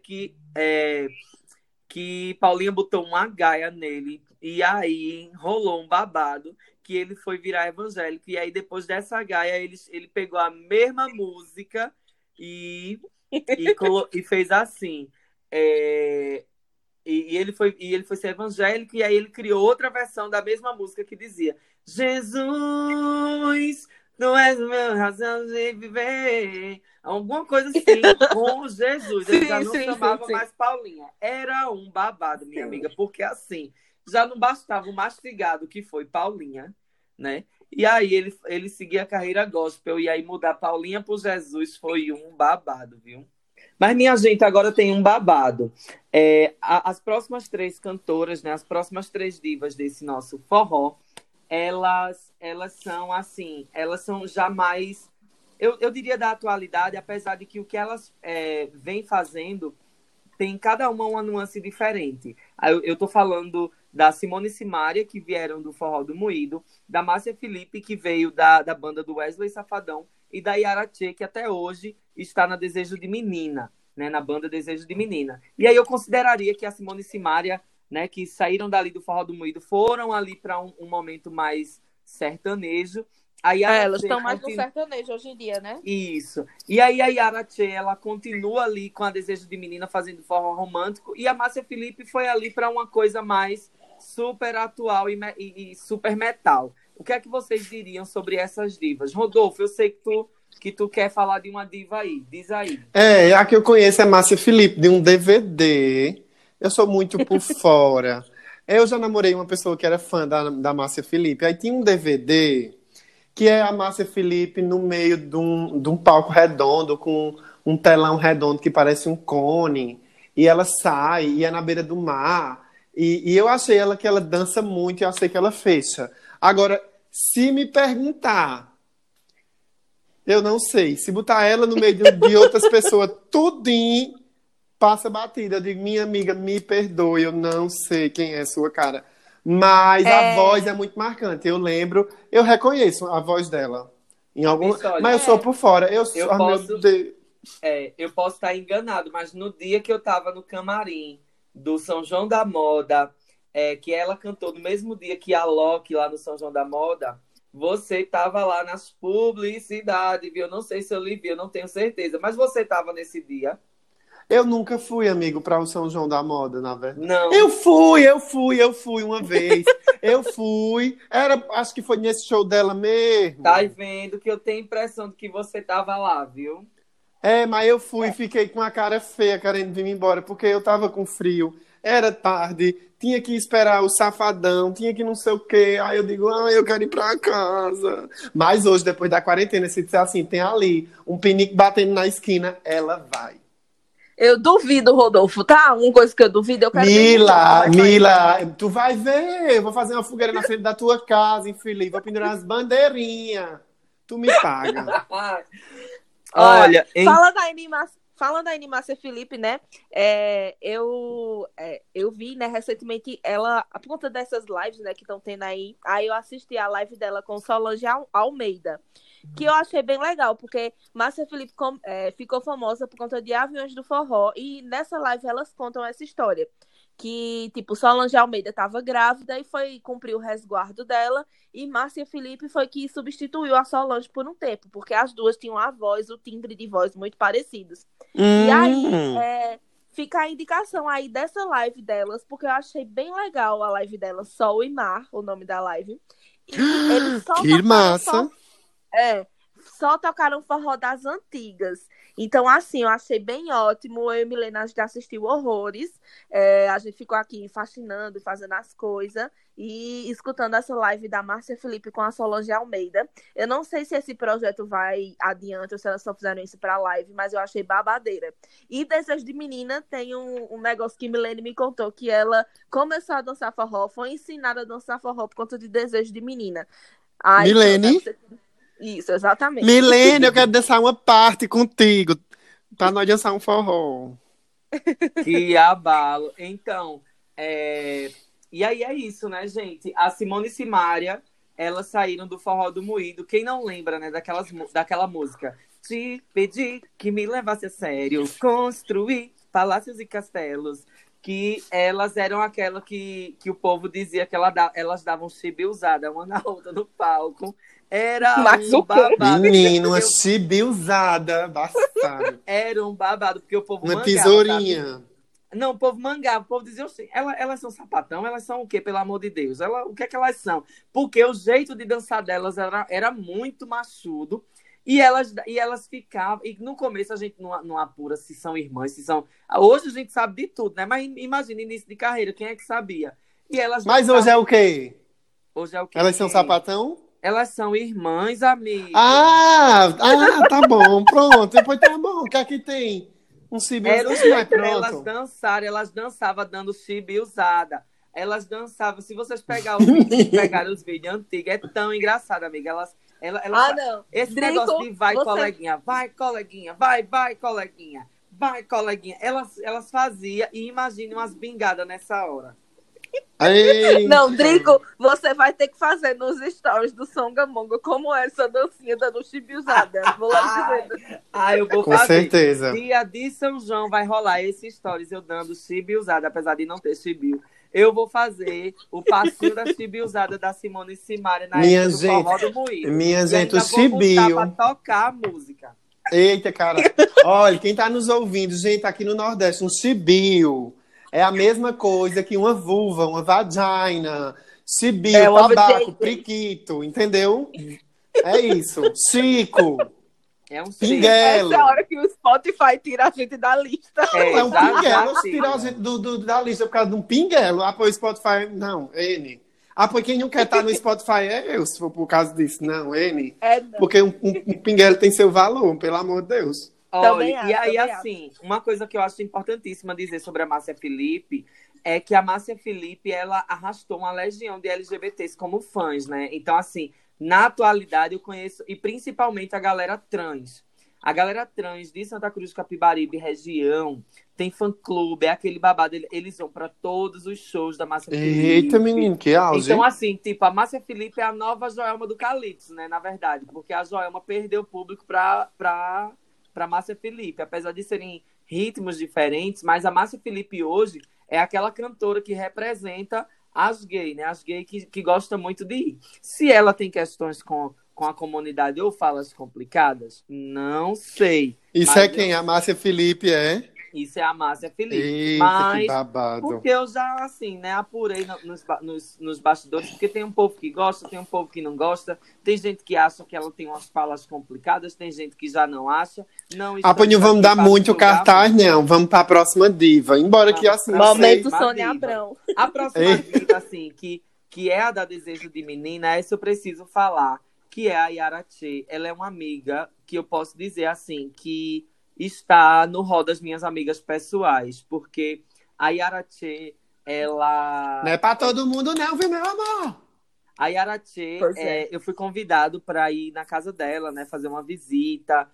Speaker 2: que Paulinha botou uma gaia nele, e aí rolou um babado que ele foi virar evangélico, e aí depois dessa gaia ele pegou a mesma música e fez assim... E ele foi ser evangélico, e aí ele criou outra versão da mesma música que dizia: Jesus, não és a minha razão de viver. Alguma coisa assim, com Jesus. Ele já não chamava mais Paulinha. Era um babado, minha amiga, porque assim, já não bastava o mastigado que foi Paulinha, né? E aí ele seguia a carreira gospel, e aí mudar Paulinha por Jesus foi um babado, viu? Mas, minha gente, agora tem um babado. As próximas 3 cantoras, né, as próximas 3 divas desse nosso forró, elas são assim, elas são jamais, eu diria da atualidade, apesar de que o que elas vêm fazendo tem cada uma nuance diferente. Eu tô falando da Simone e Simaria, que vieram do Forró do Moído, da Márcia Felipe, que veio da banda do Wesley Safadão, e da Yara Tchê, que até hoje está na Desejo de Menina, né, na banda Desejo de Menina. E aí eu consideraria que a Simone e Simaria, né, que saíram dali do Forró do Moído, foram ali para um momento mais sertanejo.
Speaker 4: Elas estão mais no sertanejo hoje em dia, né?
Speaker 2: Isso. E aí a Yara Tchê, ela continua ali com a Desejo de Menina fazendo forró romântico, e a Márcia Felipe foi ali para uma coisa mais super atual e super metal. O que é que vocês diriam sobre essas divas? Rodolfo, eu sei que que tu quer falar de uma diva aí. Diz aí.
Speaker 3: A que eu conheço é Márcia Felipe, de um DVD. Eu sou muito por fora. Eu já namorei uma pessoa que era fã da Márcia Felipe. Aí tinha um DVD que é a Márcia Felipe no meio de um palco redondo, com um telão redondo que parece um cone. E ela sai, e é na beira do mar. E eu achei que ela dança muito, e eu achei que ela fecha. Agora, se me perguntar, eu não sei. Se botar ela no meio de outras pessoas, tudinho passa batida. Eu digo, minha amiga, me perdoe, eu não sei quem é sua cara. Mas a voz é muito marcante. Eu lembro, eu reconheço a voz dela. Em algum... Mas eu sou por fora.
Speaker 2: Eu posso estar enganado, mas no dia que eu tava no camarim do São João da Moda, que ela cantou no mesmo dia que a Loki lá no São João da Moda, você tava lá nas publicidades, viu? Eu não sei se eu lhe vi, eu não tenho certeza, mas você tava nesse dia.
Speaker 3: Eu nunca fui, amigo, para o São João da Moda, na verdade.
Speaker 2: Não.
Speaker 3: Eu fui uma vez. Eu fui. Acho que foi nesse show dela mesmo.
Speaker 2: Tá vendo que eu tenho a impressão de que você tava lá, viu?
Speaker 3: Mas eu fui e fiquei com a cara feia querendo vir embora, porque eu tava com frio. Era tarde, tinha que esperar o Safadão, tinha que não sei o quê. Aí eu digo, eu quero ir pra casa. Mas hoje, depois da quarentena, se disser assim, tem ali um pinico batendo na esquina, ela vai.
Speaker 4: Eu duvido, Rodolfo, tá? Uma coisa que eu duvido, eu quero
Speaker 3: Mila, tu vai ver. Eu vou fazer uma fogueira na frente da tua casa, infeliz. Vou pendurar as bandeirinhas. Tu me paga.
Speaker 2: Olha,
Speaker 4: falando da Márcia Felipe, né? Eu vi, né, recentemente ela, por conta dessas lives, né, que estão tendo aí eu assisti a live dela com Solange Almeida, que eu achei bem legal, porque Márcia Felipe ficou famosa por conta de Aviões do Forró, e nessa live elas contam essa história. Que, tipo, Solange Almeida estava grávida e foi cumprir o resguardo dela, e Márcia Felipe foi que substituiu a Solange por um tempo, porque as duas tinham a voz, o timbre de voz muito parecidos. E aí, fica a indicação aí dessa live delas, porque eu achei bem legal a live delas, Sol e Mar, o nome da live. E eles só
Speaker 3: que massa!
Speaker 4: Só tocaram forró das antigas. Então, assim, eu achei bem ótimo. Eu e Milena, a gente assistiu horrores. A gente ficou aqui fascinando, fazendo as coisas e escutando essa live da Márcia Felipe com a Solange Almeida. Eu não sei se esse projeto vai adiante ou se elas só fizeram isso pra live, mas eu achei babadeira. E Desejo de Menina tem um negócio que Milene me contou, que ela começou a dançar forró, foi ensinada a dançar forró por conta de Desejo de Menina.
Speaker 3: Milene?
Speaker 4: Isso, exatamente.
Speaker 3: Milene, eu quero dançar uma parte contigo, pra nós dançar um forró.
Speaker 2: Que abalo. Então, e aí é isso, né, gente? A Simone e Simaria, elas saíram do Forró do Moído. Quem não lembra, né, daquela música? Te pedi que me levasse a sério, construir palácios e castelos. Que elas eram aquela que o povo dizia que elas davam chibiusada uma na outra no palco. Era um babado.
Speaker 3: Menino, uma chibiusada, bastante.
Speaker 2: Era um babado, porque o povo
Speaker 3: uma
Speaker 2: mangava,
Speaker 3: tesourinha.
Speaker 2: sabe? Não, o povo mangava, o povo dizia assim, elas são sapatão, elas são o quê, pelo amor de Deus? O que é que elas são? Porque o jeito de dançar delas era muito machudo, e elas ficavam, e no começo a gente não apura se são irmãs, se são... Hoje a gente sabe de tudo, né? Mas imagina, início de carreira, quem é que sabia? E elas
Speaker 3: Mas hoje é o quê?
Speaker 2: Hoje é o quê?
Speaker 3: Elas são sapatão?
Speaker 2: Elas são irmãs, amigas.
Speaker 3: Tá bom, pronto. Depois tá bom, o que aqui tem? Um chibiusada, pronto.
Speaker 2: Elas dançavam dando chibiusada. Elas dançavam, se vocês pegarem os vídeos antigos, é tão engraçado, amiga.
Speaker 4: Não.
Speaker 2: Esse negócio de coleguinha, vai, coleguinha, vai, coleguinha, vai, coleguinha. Elas faziam, e imagine umas bingadas nessa hora.
Speaker 3: Eita.
Speaker 4: Não, Drico, você vai ter que fazer nos stories do Songamonga como essa dancinha dando chibiusada. Vou lá dizendo.
Speaker 2: Eu vou
Speaker 3: Com
Speaker 2: fazer.
Speaker 3: certeza.
Speaker 2: Dia de São João vai rolar esse stories eu dando chibiusada, apesar de não ter chibiu. Eu vou fazer o passinho da chibiusada da Simone e Simaria na época do Forró do Moído.
Speaker 3: Minha gente, o
Speaker 2: chibiu.
Speaker 3: chibiu.
Speaker 2: Pra tocar a música.
Speaker 3: Eita, cara. Olha, quem tá nos ouvindo, gente, aqui no Nordeste, um chibiu é a mesma coisa que uma vulva, uma vagina, chibiu, tabaco, priquito, entendeu? É isso. Chico.
Speaker 2: É um
Speaker 3: Pinguelo.
Speaker 4: Essa é a hora que o Spotify tira a gente da lista.
Speaker 3: É um pinguelo.
Speaker 2: sim.
Speaker 3: Tirar a gente da lista por causa de um pinguelo. Ah, pois Spotify. Não, N. Ah, pois quem não quer estar no Spotify é eu, se for por causa disso. Não, N.
Speaker 4: Não.
Speaker 3: Porque um pinguelo tem seu valor, pelo amor de Deus.
Speaker 4: Também
Speaker 2: Olha, e
Speaker 4: acho,
Speaker 2: aí,
Speaker 4: também
Speaker 2: assim, uma coisa que eu acho importantíssima dizer sobre a Márcia Felipe é que a Márcia Felipe, ela arrastou uma legião de LGBTs como fãs, né? Então, assim, na atualidade eu conheço, e principalmente a galera trans. A galera trans de Santa Cruz do Capibaribe, região, tem fã-clube, é aquele babado, eles vão para todos os shows da Márcia Felipe.
Speaker 3: Eita, menino, que auge.
Speaker 2: Então, assim, tipo, a Márcia Felipe é a nova Joelma do Calypso, né? Na verdade, porque a Joelma perdeu o público pra Márcia Felipe, apesar de serem ritmos diferentes, mas a Márcia Felipe hoje é aquela cantora que representa as gays, né? As gays que gostam muito de ir. Se ela tem questões com a comunidade ou falas complicadas, não sei.
Speaker 3: Isso
Speaker 2: Mas
Speaker 3: é quem? A Márcia Felipe é?
Speaker 2: Isso é a Márcia Felipe.
Speaker 3: Eita,
Speaker 2: Mas
Speaker 3: que babado.
Speaker 2: porque eu já, assim, né, apurei nos bastidores, porque tem um povo que gosta, tem um povo que não gosta, tem gente que acha que ela tem umas falas complicadas, tem gente que já não acha. Não,
Speaker 3: Ah, pois não vamos dar muito cartaz, não. Vamos para a próxima diva. Embora que assim.
Speaker 4: Momento
Speaker 2: Uma
Speaker 4: Sônia
Speaker 2: diva.
Speaker 4: Abrão.
Speaker 2: A próxima diva, assim, que é a da Desejo de Menina, essa eu preciso falar, que é a Yara Che. Ela é uma amiga que eu posso dizer, assim, que está no rol das minhas amigas pessoais, porque a Yara Che, ela...
Speaker 3: Não é para todo mundo, não, viu, meu amor?
Speaker 2: A Yara Che,
Speaker 4: Pois é.
Speaker 2: eu fui convidado para ir na casa dela, né, fazer uma visita.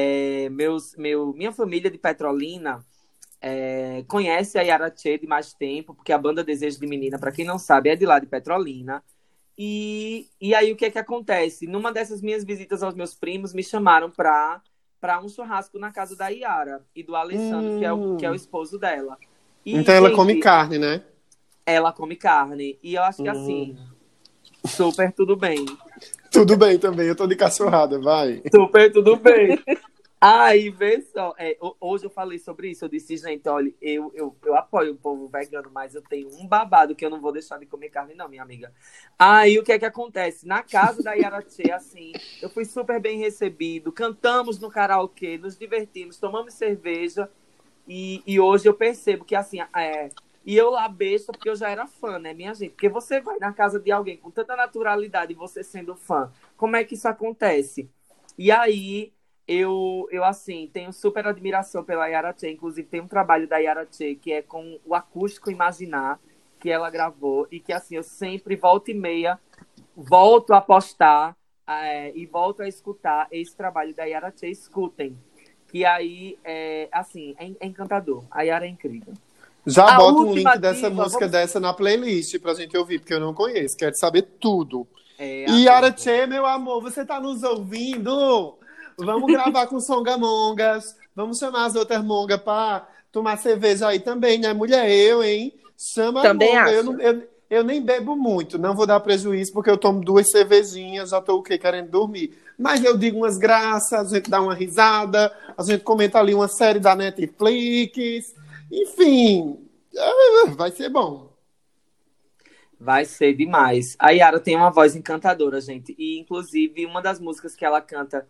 Speaker 2: Minha família de Petrolina conhece a Yara Che de mais tempo, porque a banda Desejo de Menina, para quem não sabe, é de lá de Petrolina. E aí o que é que acontece? Numa dessas minhas visitas aos meus primos, me chamaram para um churrasco na casa da Yara e do Alessandro, que é o esposo dela. E,
Speaker 3: Então ela
Speaker 2: gente,
Speaker 3: come carne, né?
Speaker 2: Ela come carne. E eu acho que assim, super tudo bem.
Speaker 3: Tudo bem também, eu tô de cachorrada, vai.
Speaker 2: Super tudo bem. Aí, vê só. Hoje eu falei sobre isso. Eu disse, gente, olha, eu apoio o povo vegano, mas eu tenho um babado que eu não vou deixar de comer carne, não, minha amiga. Aí, o que é que acontece? Na casa da Yara Che, assim, eu fui super bem recebido. Cantamos no karaokê, nos divertimos, tomamos cerveja. E hoje eu percebo que, assim, e eu lá besta, porque eu já era fã, né, minha gente? Porque você vai na casa de alguém com tanta naturalidade, você sendo fã, como é que isso acontece? E aí... Eu, assim, tenho super admiração pela Yara Che. Inclusive, tem um trabalho da Yara Che que é com o Acústico Imaginar, que ela gravou. E que, assim, eu sempre, volta e meia, volto a postar e volto a escutar esse trabalho da Yara Che. Escutem. Que aí, assim, é encantador. A Yara é incrível.
Speaker 3: Já
Speaker 2: A
Speaker 3: bota um
Speaker 2: última
Speaker 3: link dessa
Speaker 2: diva,
Speaker 3: música dessa na playlist pra gente ouvir, porque eu não conheço. Quero saber tudo.
Speaker 2: E
Speaker 3: Yara Che, meu amor, você tá nos ouvindo? Vamos gravar com Songamongas. Vamos chamar as outras mongas pra tomar cerveja aí também, né? Mulher, hein? Chama
Speaker 4: Também
Speaker 3: a monga.
Speaker 4: acho.
Speaker 3: Eu nem bebo muito, não vou dar prejuízo, porque eu tomo 2 cervejinhas, já tô o quê? Querendo dormir. Mas eu digo umas graças, a gente dá uma risada, a gente comenta ali uma série da Netflix. Enfim, vai ser bom.
Speaker 2: Vai ser demais. A Yara tem uma voz encantadora, gente. E, inclusive, uma das músicas que ela canta,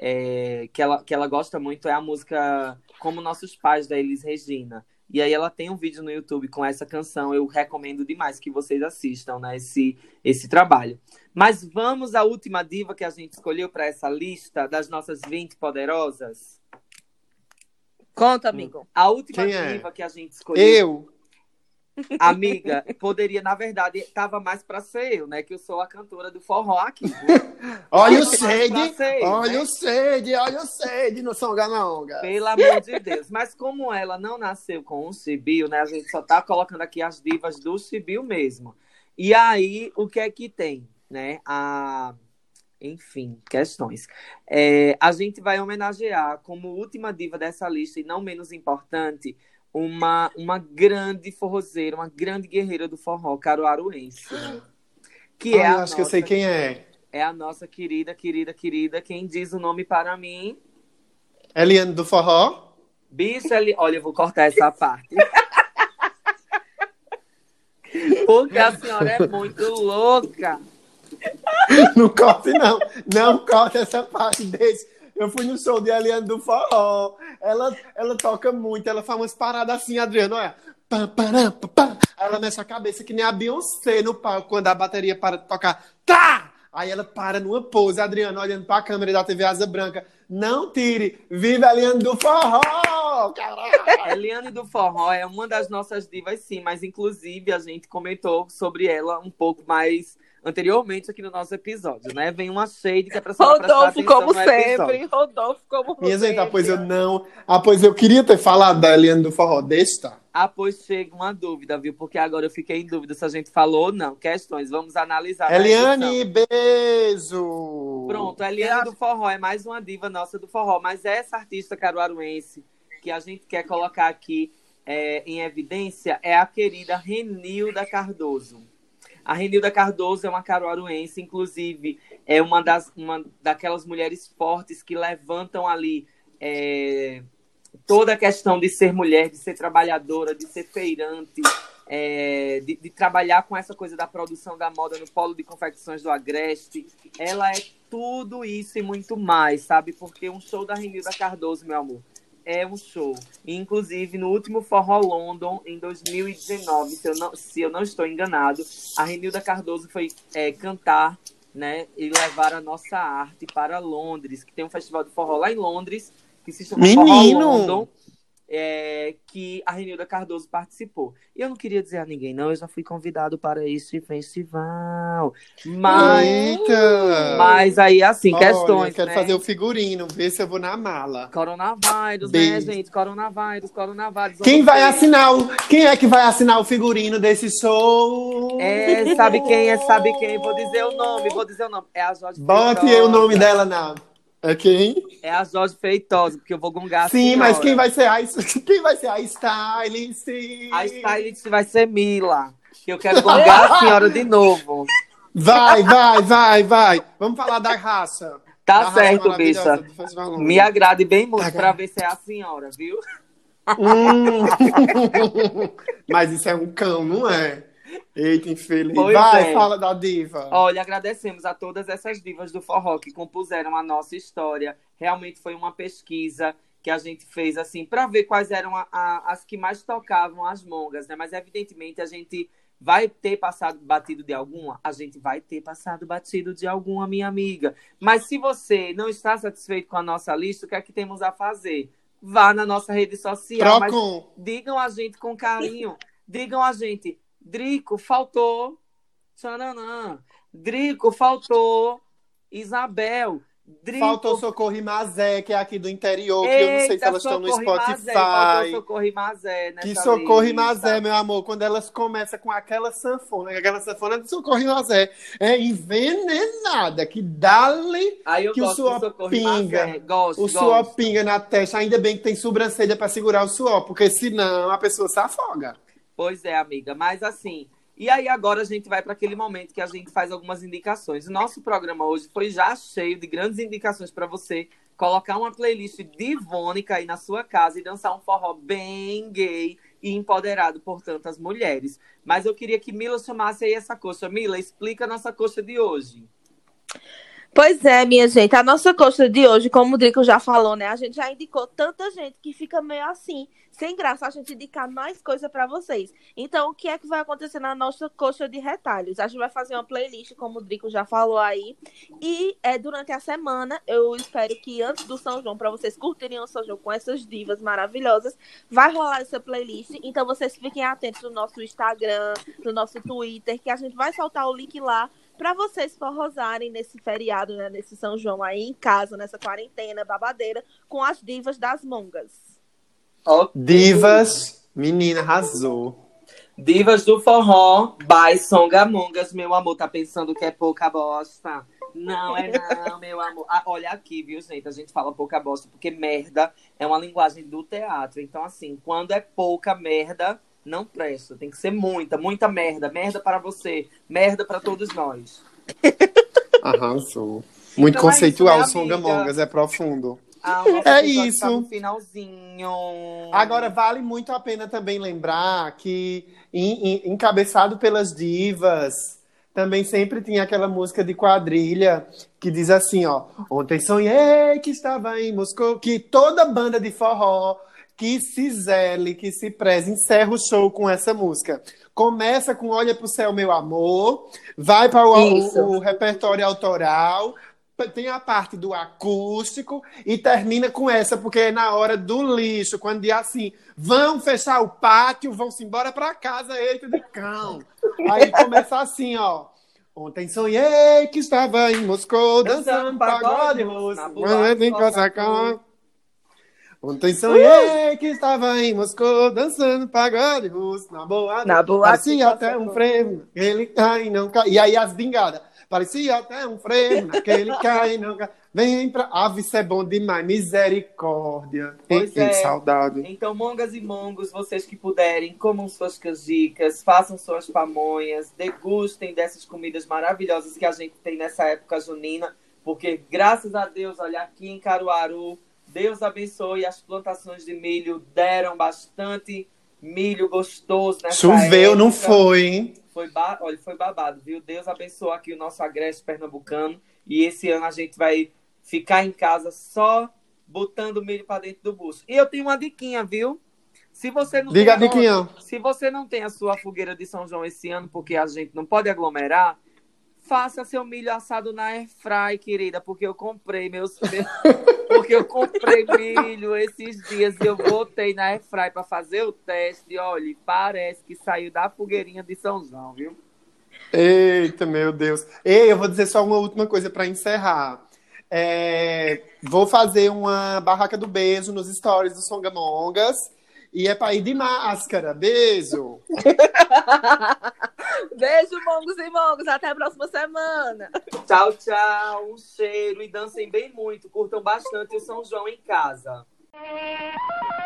Speaker 2: que ela gosta muito, é a música Como Nossos Pais, da Elis Regina. E aí ela tem um vídeo no YouTube com essa canção. Eu recomendo demais que vocês assistam, né, esse trabalho. Mas vamos à última diva que a gente escolheu para essa lista das nossas 20 poderosas.
Speaker 4: Conta, amigo.
Speaker 2: A última
Speaker 3: Quem é?
Speaker 2: diva que a gente escolheu...
Speaker 3: Eu.
Speaker 2: Amiga, poderia, na verdade, tava mais pra ser eu, né? Que eu sou a cantora do forró aqui.
Speaker 3: Olha o
Speaker 2: Tava mais
Speaker 3: sede,
Speaker 2: pra ser eu,
Speaker 3: olha
Speaker 2: né?
Speaker 3: o sede no Songamongas.
Speaker 2: Pelo amor de Deus. Mas como ela não nasceu com um Cibio, né? A gente só tá colocando aqui as divas do Cibio mesmo. E aí, o que é que tem, né? Enfim, questões. A gente vai homenagear, como última diva dessa lista, e não menos importante, uma grande forrozeira, uma grande guerreira do forró caruaruense. Que
Speaker 3: Eu acho que eu sei quem é.
Speaker 2: É a nossa querida. Quem diz o nome para mim?
Speaker 3: Eliane do Forró?
Speaker 2: Bicho, olha, eu vou cortar essa parte. Porque a senhora é muito louca.
Speaker 3: Não corte, não. Não corte essa parte. Eu fui no show de Eliane do Forró. Ela toca muito, ela faz umas paradas assim, Adriano, olha. Pam, param, pam, pam. Ela mexe a cabeça que nem a Beyoncé no palco, quando a bateria para de tocar. Tá! Aí ela para numa pose, Adriano, olhando pra câmera da TV Asa Branca. Não tire! Viva Eliane do Forró! Caralho!
Speaker 2: Eliane do Forró é uma das nossas divas, sim, mas inclusive a gente comentou sobre ela um pouco mais anteriormente aqui no nosso episódio, né? Vem uma shade que é pra senhora prestar
Speaker 4: Rodolfo,
Speaker 2: atenção
Speaker 4: como
Speaker 2: no episódio.
Speaker 4: sempre. Rodolfo, como
Speaker 3: Minha gente,
Speaker 4: sempre.
Speaker 3: pois eu queria ter falado da Eliane do Forró, deixa.
Speaker 2: Pois chega uma dúvida, viu? Porque agora eu fiquei em dúvida se a gente falou ou não. Questões, vamos analisar. na
Speaker 3: Eliane,
Speaker 2: edição.
Speaker 3: beijo!
Speaker 2: Pronto, a Eliane do Forró é mais uma diva nossa do forró, mas essa artista caruaruense que a gente quer colocar aqui em evidência é a querida Renilda Cardoso. A Renilda Cardoso é uma caruaruense, inclusive é uma daquelas mulheres fortes que levantam ali toda a questão de ser mulher, de ser trabalhadora, de ser feirante, de trabalhar com essa coisa da produção da moda no Polo de Confecções do Agreste. Ela é tudo isso e muito mais, sabe? Porque um show da Renilda Cardoso, meu amor, é um show. E, inclusive, no último Forró London, em 2019, se eu não estou enganado, a Renilda Cardoso foi cantar, né, e levar a nossa arte para Londres, que tem um festival de forró lá em Londres, que se chama Forró London, que a Renilda Cardoso participou. E eu não queria dizer a ninguém, não, eu já fui convidado para esse festival. Mas aí, assim,
Speaker 3: Olha,
Speaker 2: questões,
Speaker 3: quero
Speaker 2: né?
Speaker 3: fazer o figurino, ver se eu vou na mala.
Speaker 2: Coronavírus, né,
Speaker 3: Beijo.
Speaker 2: gente? Coronavírus.
Speaker 3: Quem é que vai assinar o figurino desse show?
Speaker 2: Sabe quem? Vou dizer o nome. É a Jorge
Speaker 3: Bote
Speaker 2: Feitosa.
Speaker 3: o nome dela na... É quem?
Speaker 2: É a Jorge Feitosa, porque eu vou gongar a
Speaker 3: Sim,
Speaker 2: senhora.
Speaker 3: mas quem vai ser a stylist?
Speaker 2: A stylist vai ser Mila, que eu quero gongar a senhora de novo.
Speaker 3: Vai. Vamos falar da raça.
Speaker 2: Tá
Speaker 3: Da
Speaker 2: certo,
Speaker 3: raça maravilhosa
Speaker 2: bicha.
Speaker 3: do Festival Londres.
Speaker 2: Me agrade bem muito
Speaker 3: Tá,
Speaker 2: pra ver se é a senhora, viu?
Speaker 3: Mas isso é um cão, não é? Eita, infeliz.
Speaker 2: Pois
Speaker 3: Vai,
Speaker 2: é.
Speaker 3: fala da diva.
Speaker 2: Olha, agradecemos a todas essas divas do forró que compuseram a nossa história. Realmente foi uma pesquisa que a gente fez, assim, para ver quais eram as que mais tocavam as mongas, né? Mas, evidentemente, a gente vai ter passado batido de alguma? A gente vai ter passado batido de alguma, minha amiga. Mas se você não está satisfeito com a nossa lista, o que é que temos a fazer? Vá na nossa rede social, mas digam a gente com carinho. Digam a gente, Drico, faltou. Tcharanã. Drico, faltou. Isabel. Drico.
Speaker 3: Faltou Socorro e Mazé, que é aqui do interior, que eu não sei se elas estão no Spotify.
Speaker 2: Faltou Socorro e Mazé nessa
Speaker 3: Que Socorro e
Speaker 2: lista.
Speaker 3: Mazé, meu amor, quando elas começam com aquela sanfona de Socorro e Mazé, é envenenada, que dá-lhe que o suor pinga. O suor pinga na testa, ainda bem que tem sobrancelha para segurar o suor, porque senão a pessoa se afoga.
Speaker 2: Pois é, amiga, mas assim... E aí agora a gente vai para aquele momento que a gente faz algumas indicações. O nosso programa hoje foi já cheio de grandes indicações para você colocar uma playlist divônica aí na sua casa e dançar um forró bem gay e empoderado por tantas mulheres. Mas eu queria que Mila chamasse aí essa coxa. Mila, explica a nossa coxa de hoje.
Speaker 4: Pois é, minha gente, a nossa coxa de hoje, como o Drico já falou, né? A gente já indicou tanta gente que fica meio assim, sem graça a gente indicar mais coisa para vocês. Então, o que é que vai acontecer na nossa coxa de retalhos? A gente vai fazer uma playlist, como o Drico já falou aí. E durante a semana, eu espero que antes do São João, para vocês curtirem o São João com essas divas maravilhosas, vai rolar essa playlist. Então, vocês fiquem atentos no nosso Instagram, no nosso Twitter, que a gente vai soltar o link lá para vocês forrosarem nesse feriado, né, nesse São João aí em casa, nessa quarentena babadeira, com as divas das mongas.
Speaker 3: Divas, menina, arrasou.
Speaker 2: Divas do forró, by Songamongas, meu amor, tá pensando que é pouca bosta? Não é não, meu amor. Olha aqui, viu, gente, a gente fala pouca bosta porque merda é uma linguagem do teatro. Então, assim, quando é pouca merda, não presta. Tem que ser muita merda. Merda para você, merda para todos nós.
Speaker 3: Arrasou. Muito
Speaker 2: Então
Speaker 3: conceitual,
Speaker 2: é
Speaker 3: o
Speaker 2: isso,
Speaker 3: Songamongas, é profundo.
Speaker 2: É
Speaker 3: isso.
Speaker 2: Tá no finalzinho.
Speaker 3: Agora, vale muito a pena também lembrar que, encabeçado pelas divas, também sempre tinha aquela música de quadrilha que diz assim, ó. Ontem sonhei que estava em Moscou. Que toda banda de forró que se zele, que se preze, encerra o show com essa música. Começa com Olha pro Céu, Meu Amor, vai para o repertório autoral, tem a parte do acústico e termina com essa, porque é na hora do lixo, quando diz assim, vão fechar o pátio, vão-se embora para casa, eita de cão. Aí começa assim, ó. Ontem sonhei que estava em Moscou, dançando pagode russo. Ontem sonhei que estava em Moscou, dançando pagode russo, na boa. Parecia até um frevo, ele cai e não cai. E aí as bingadas. Parecia até um frevo, naquele cai e não cai. Vem pra... Ave, isso é bom demais. Misericórdia.
Speaker 2: Pois
Speaker 3: que saudade.
Speaker 2: Então, mongas e mongos, vocês que puderem, comam suas canjicas, façam suas pamonhas, degustem dessas comidas maravilhosas que a gente tem nessa época junina, porque, graças a Deus, olha, aqui em Caruaru, Deus abençoe, as plantações de milho deram bastante milho gostoso nessa
Speaker 3: Choveu,
Speaker 2: época.
Speaker 3: não foi, hein?
Speaker 2: Olha, foi babado, viu? Deus abençoe aqui o nosso agreste pernambucano. E esse ano a gente vai ficar em casa só botando milho para dentro do bucho. E eu tenho uma diquinha, viu? Se você não
Speaker 3: Diga a diquinha.
Speaker 2: Se você não tem a sua fogueira de São João esse ano, porque a gente não pode aglomerar, faça seu milho assado na airfry, querida, porque eu comprei porque eu comprei milho esses dias e eu botei na airfry para fazer o teste. E olha, parece que saiu da fogueirinha de São João, viu?
Speaker 3: Eita, meu Deus. Ei, eu vou dizer só uma última coisa para encerrar. Vou fazer uma barraca do beijo nos stories do Songamongas. E é para ir de máscara. Beijo.
Speaker 4: Beijo, mongos e mongos. Até a próxima semana.
Speaker 2: Tchau, tchau. Um cheiro e dancem bem muito. Curtam bastante o São João em casa.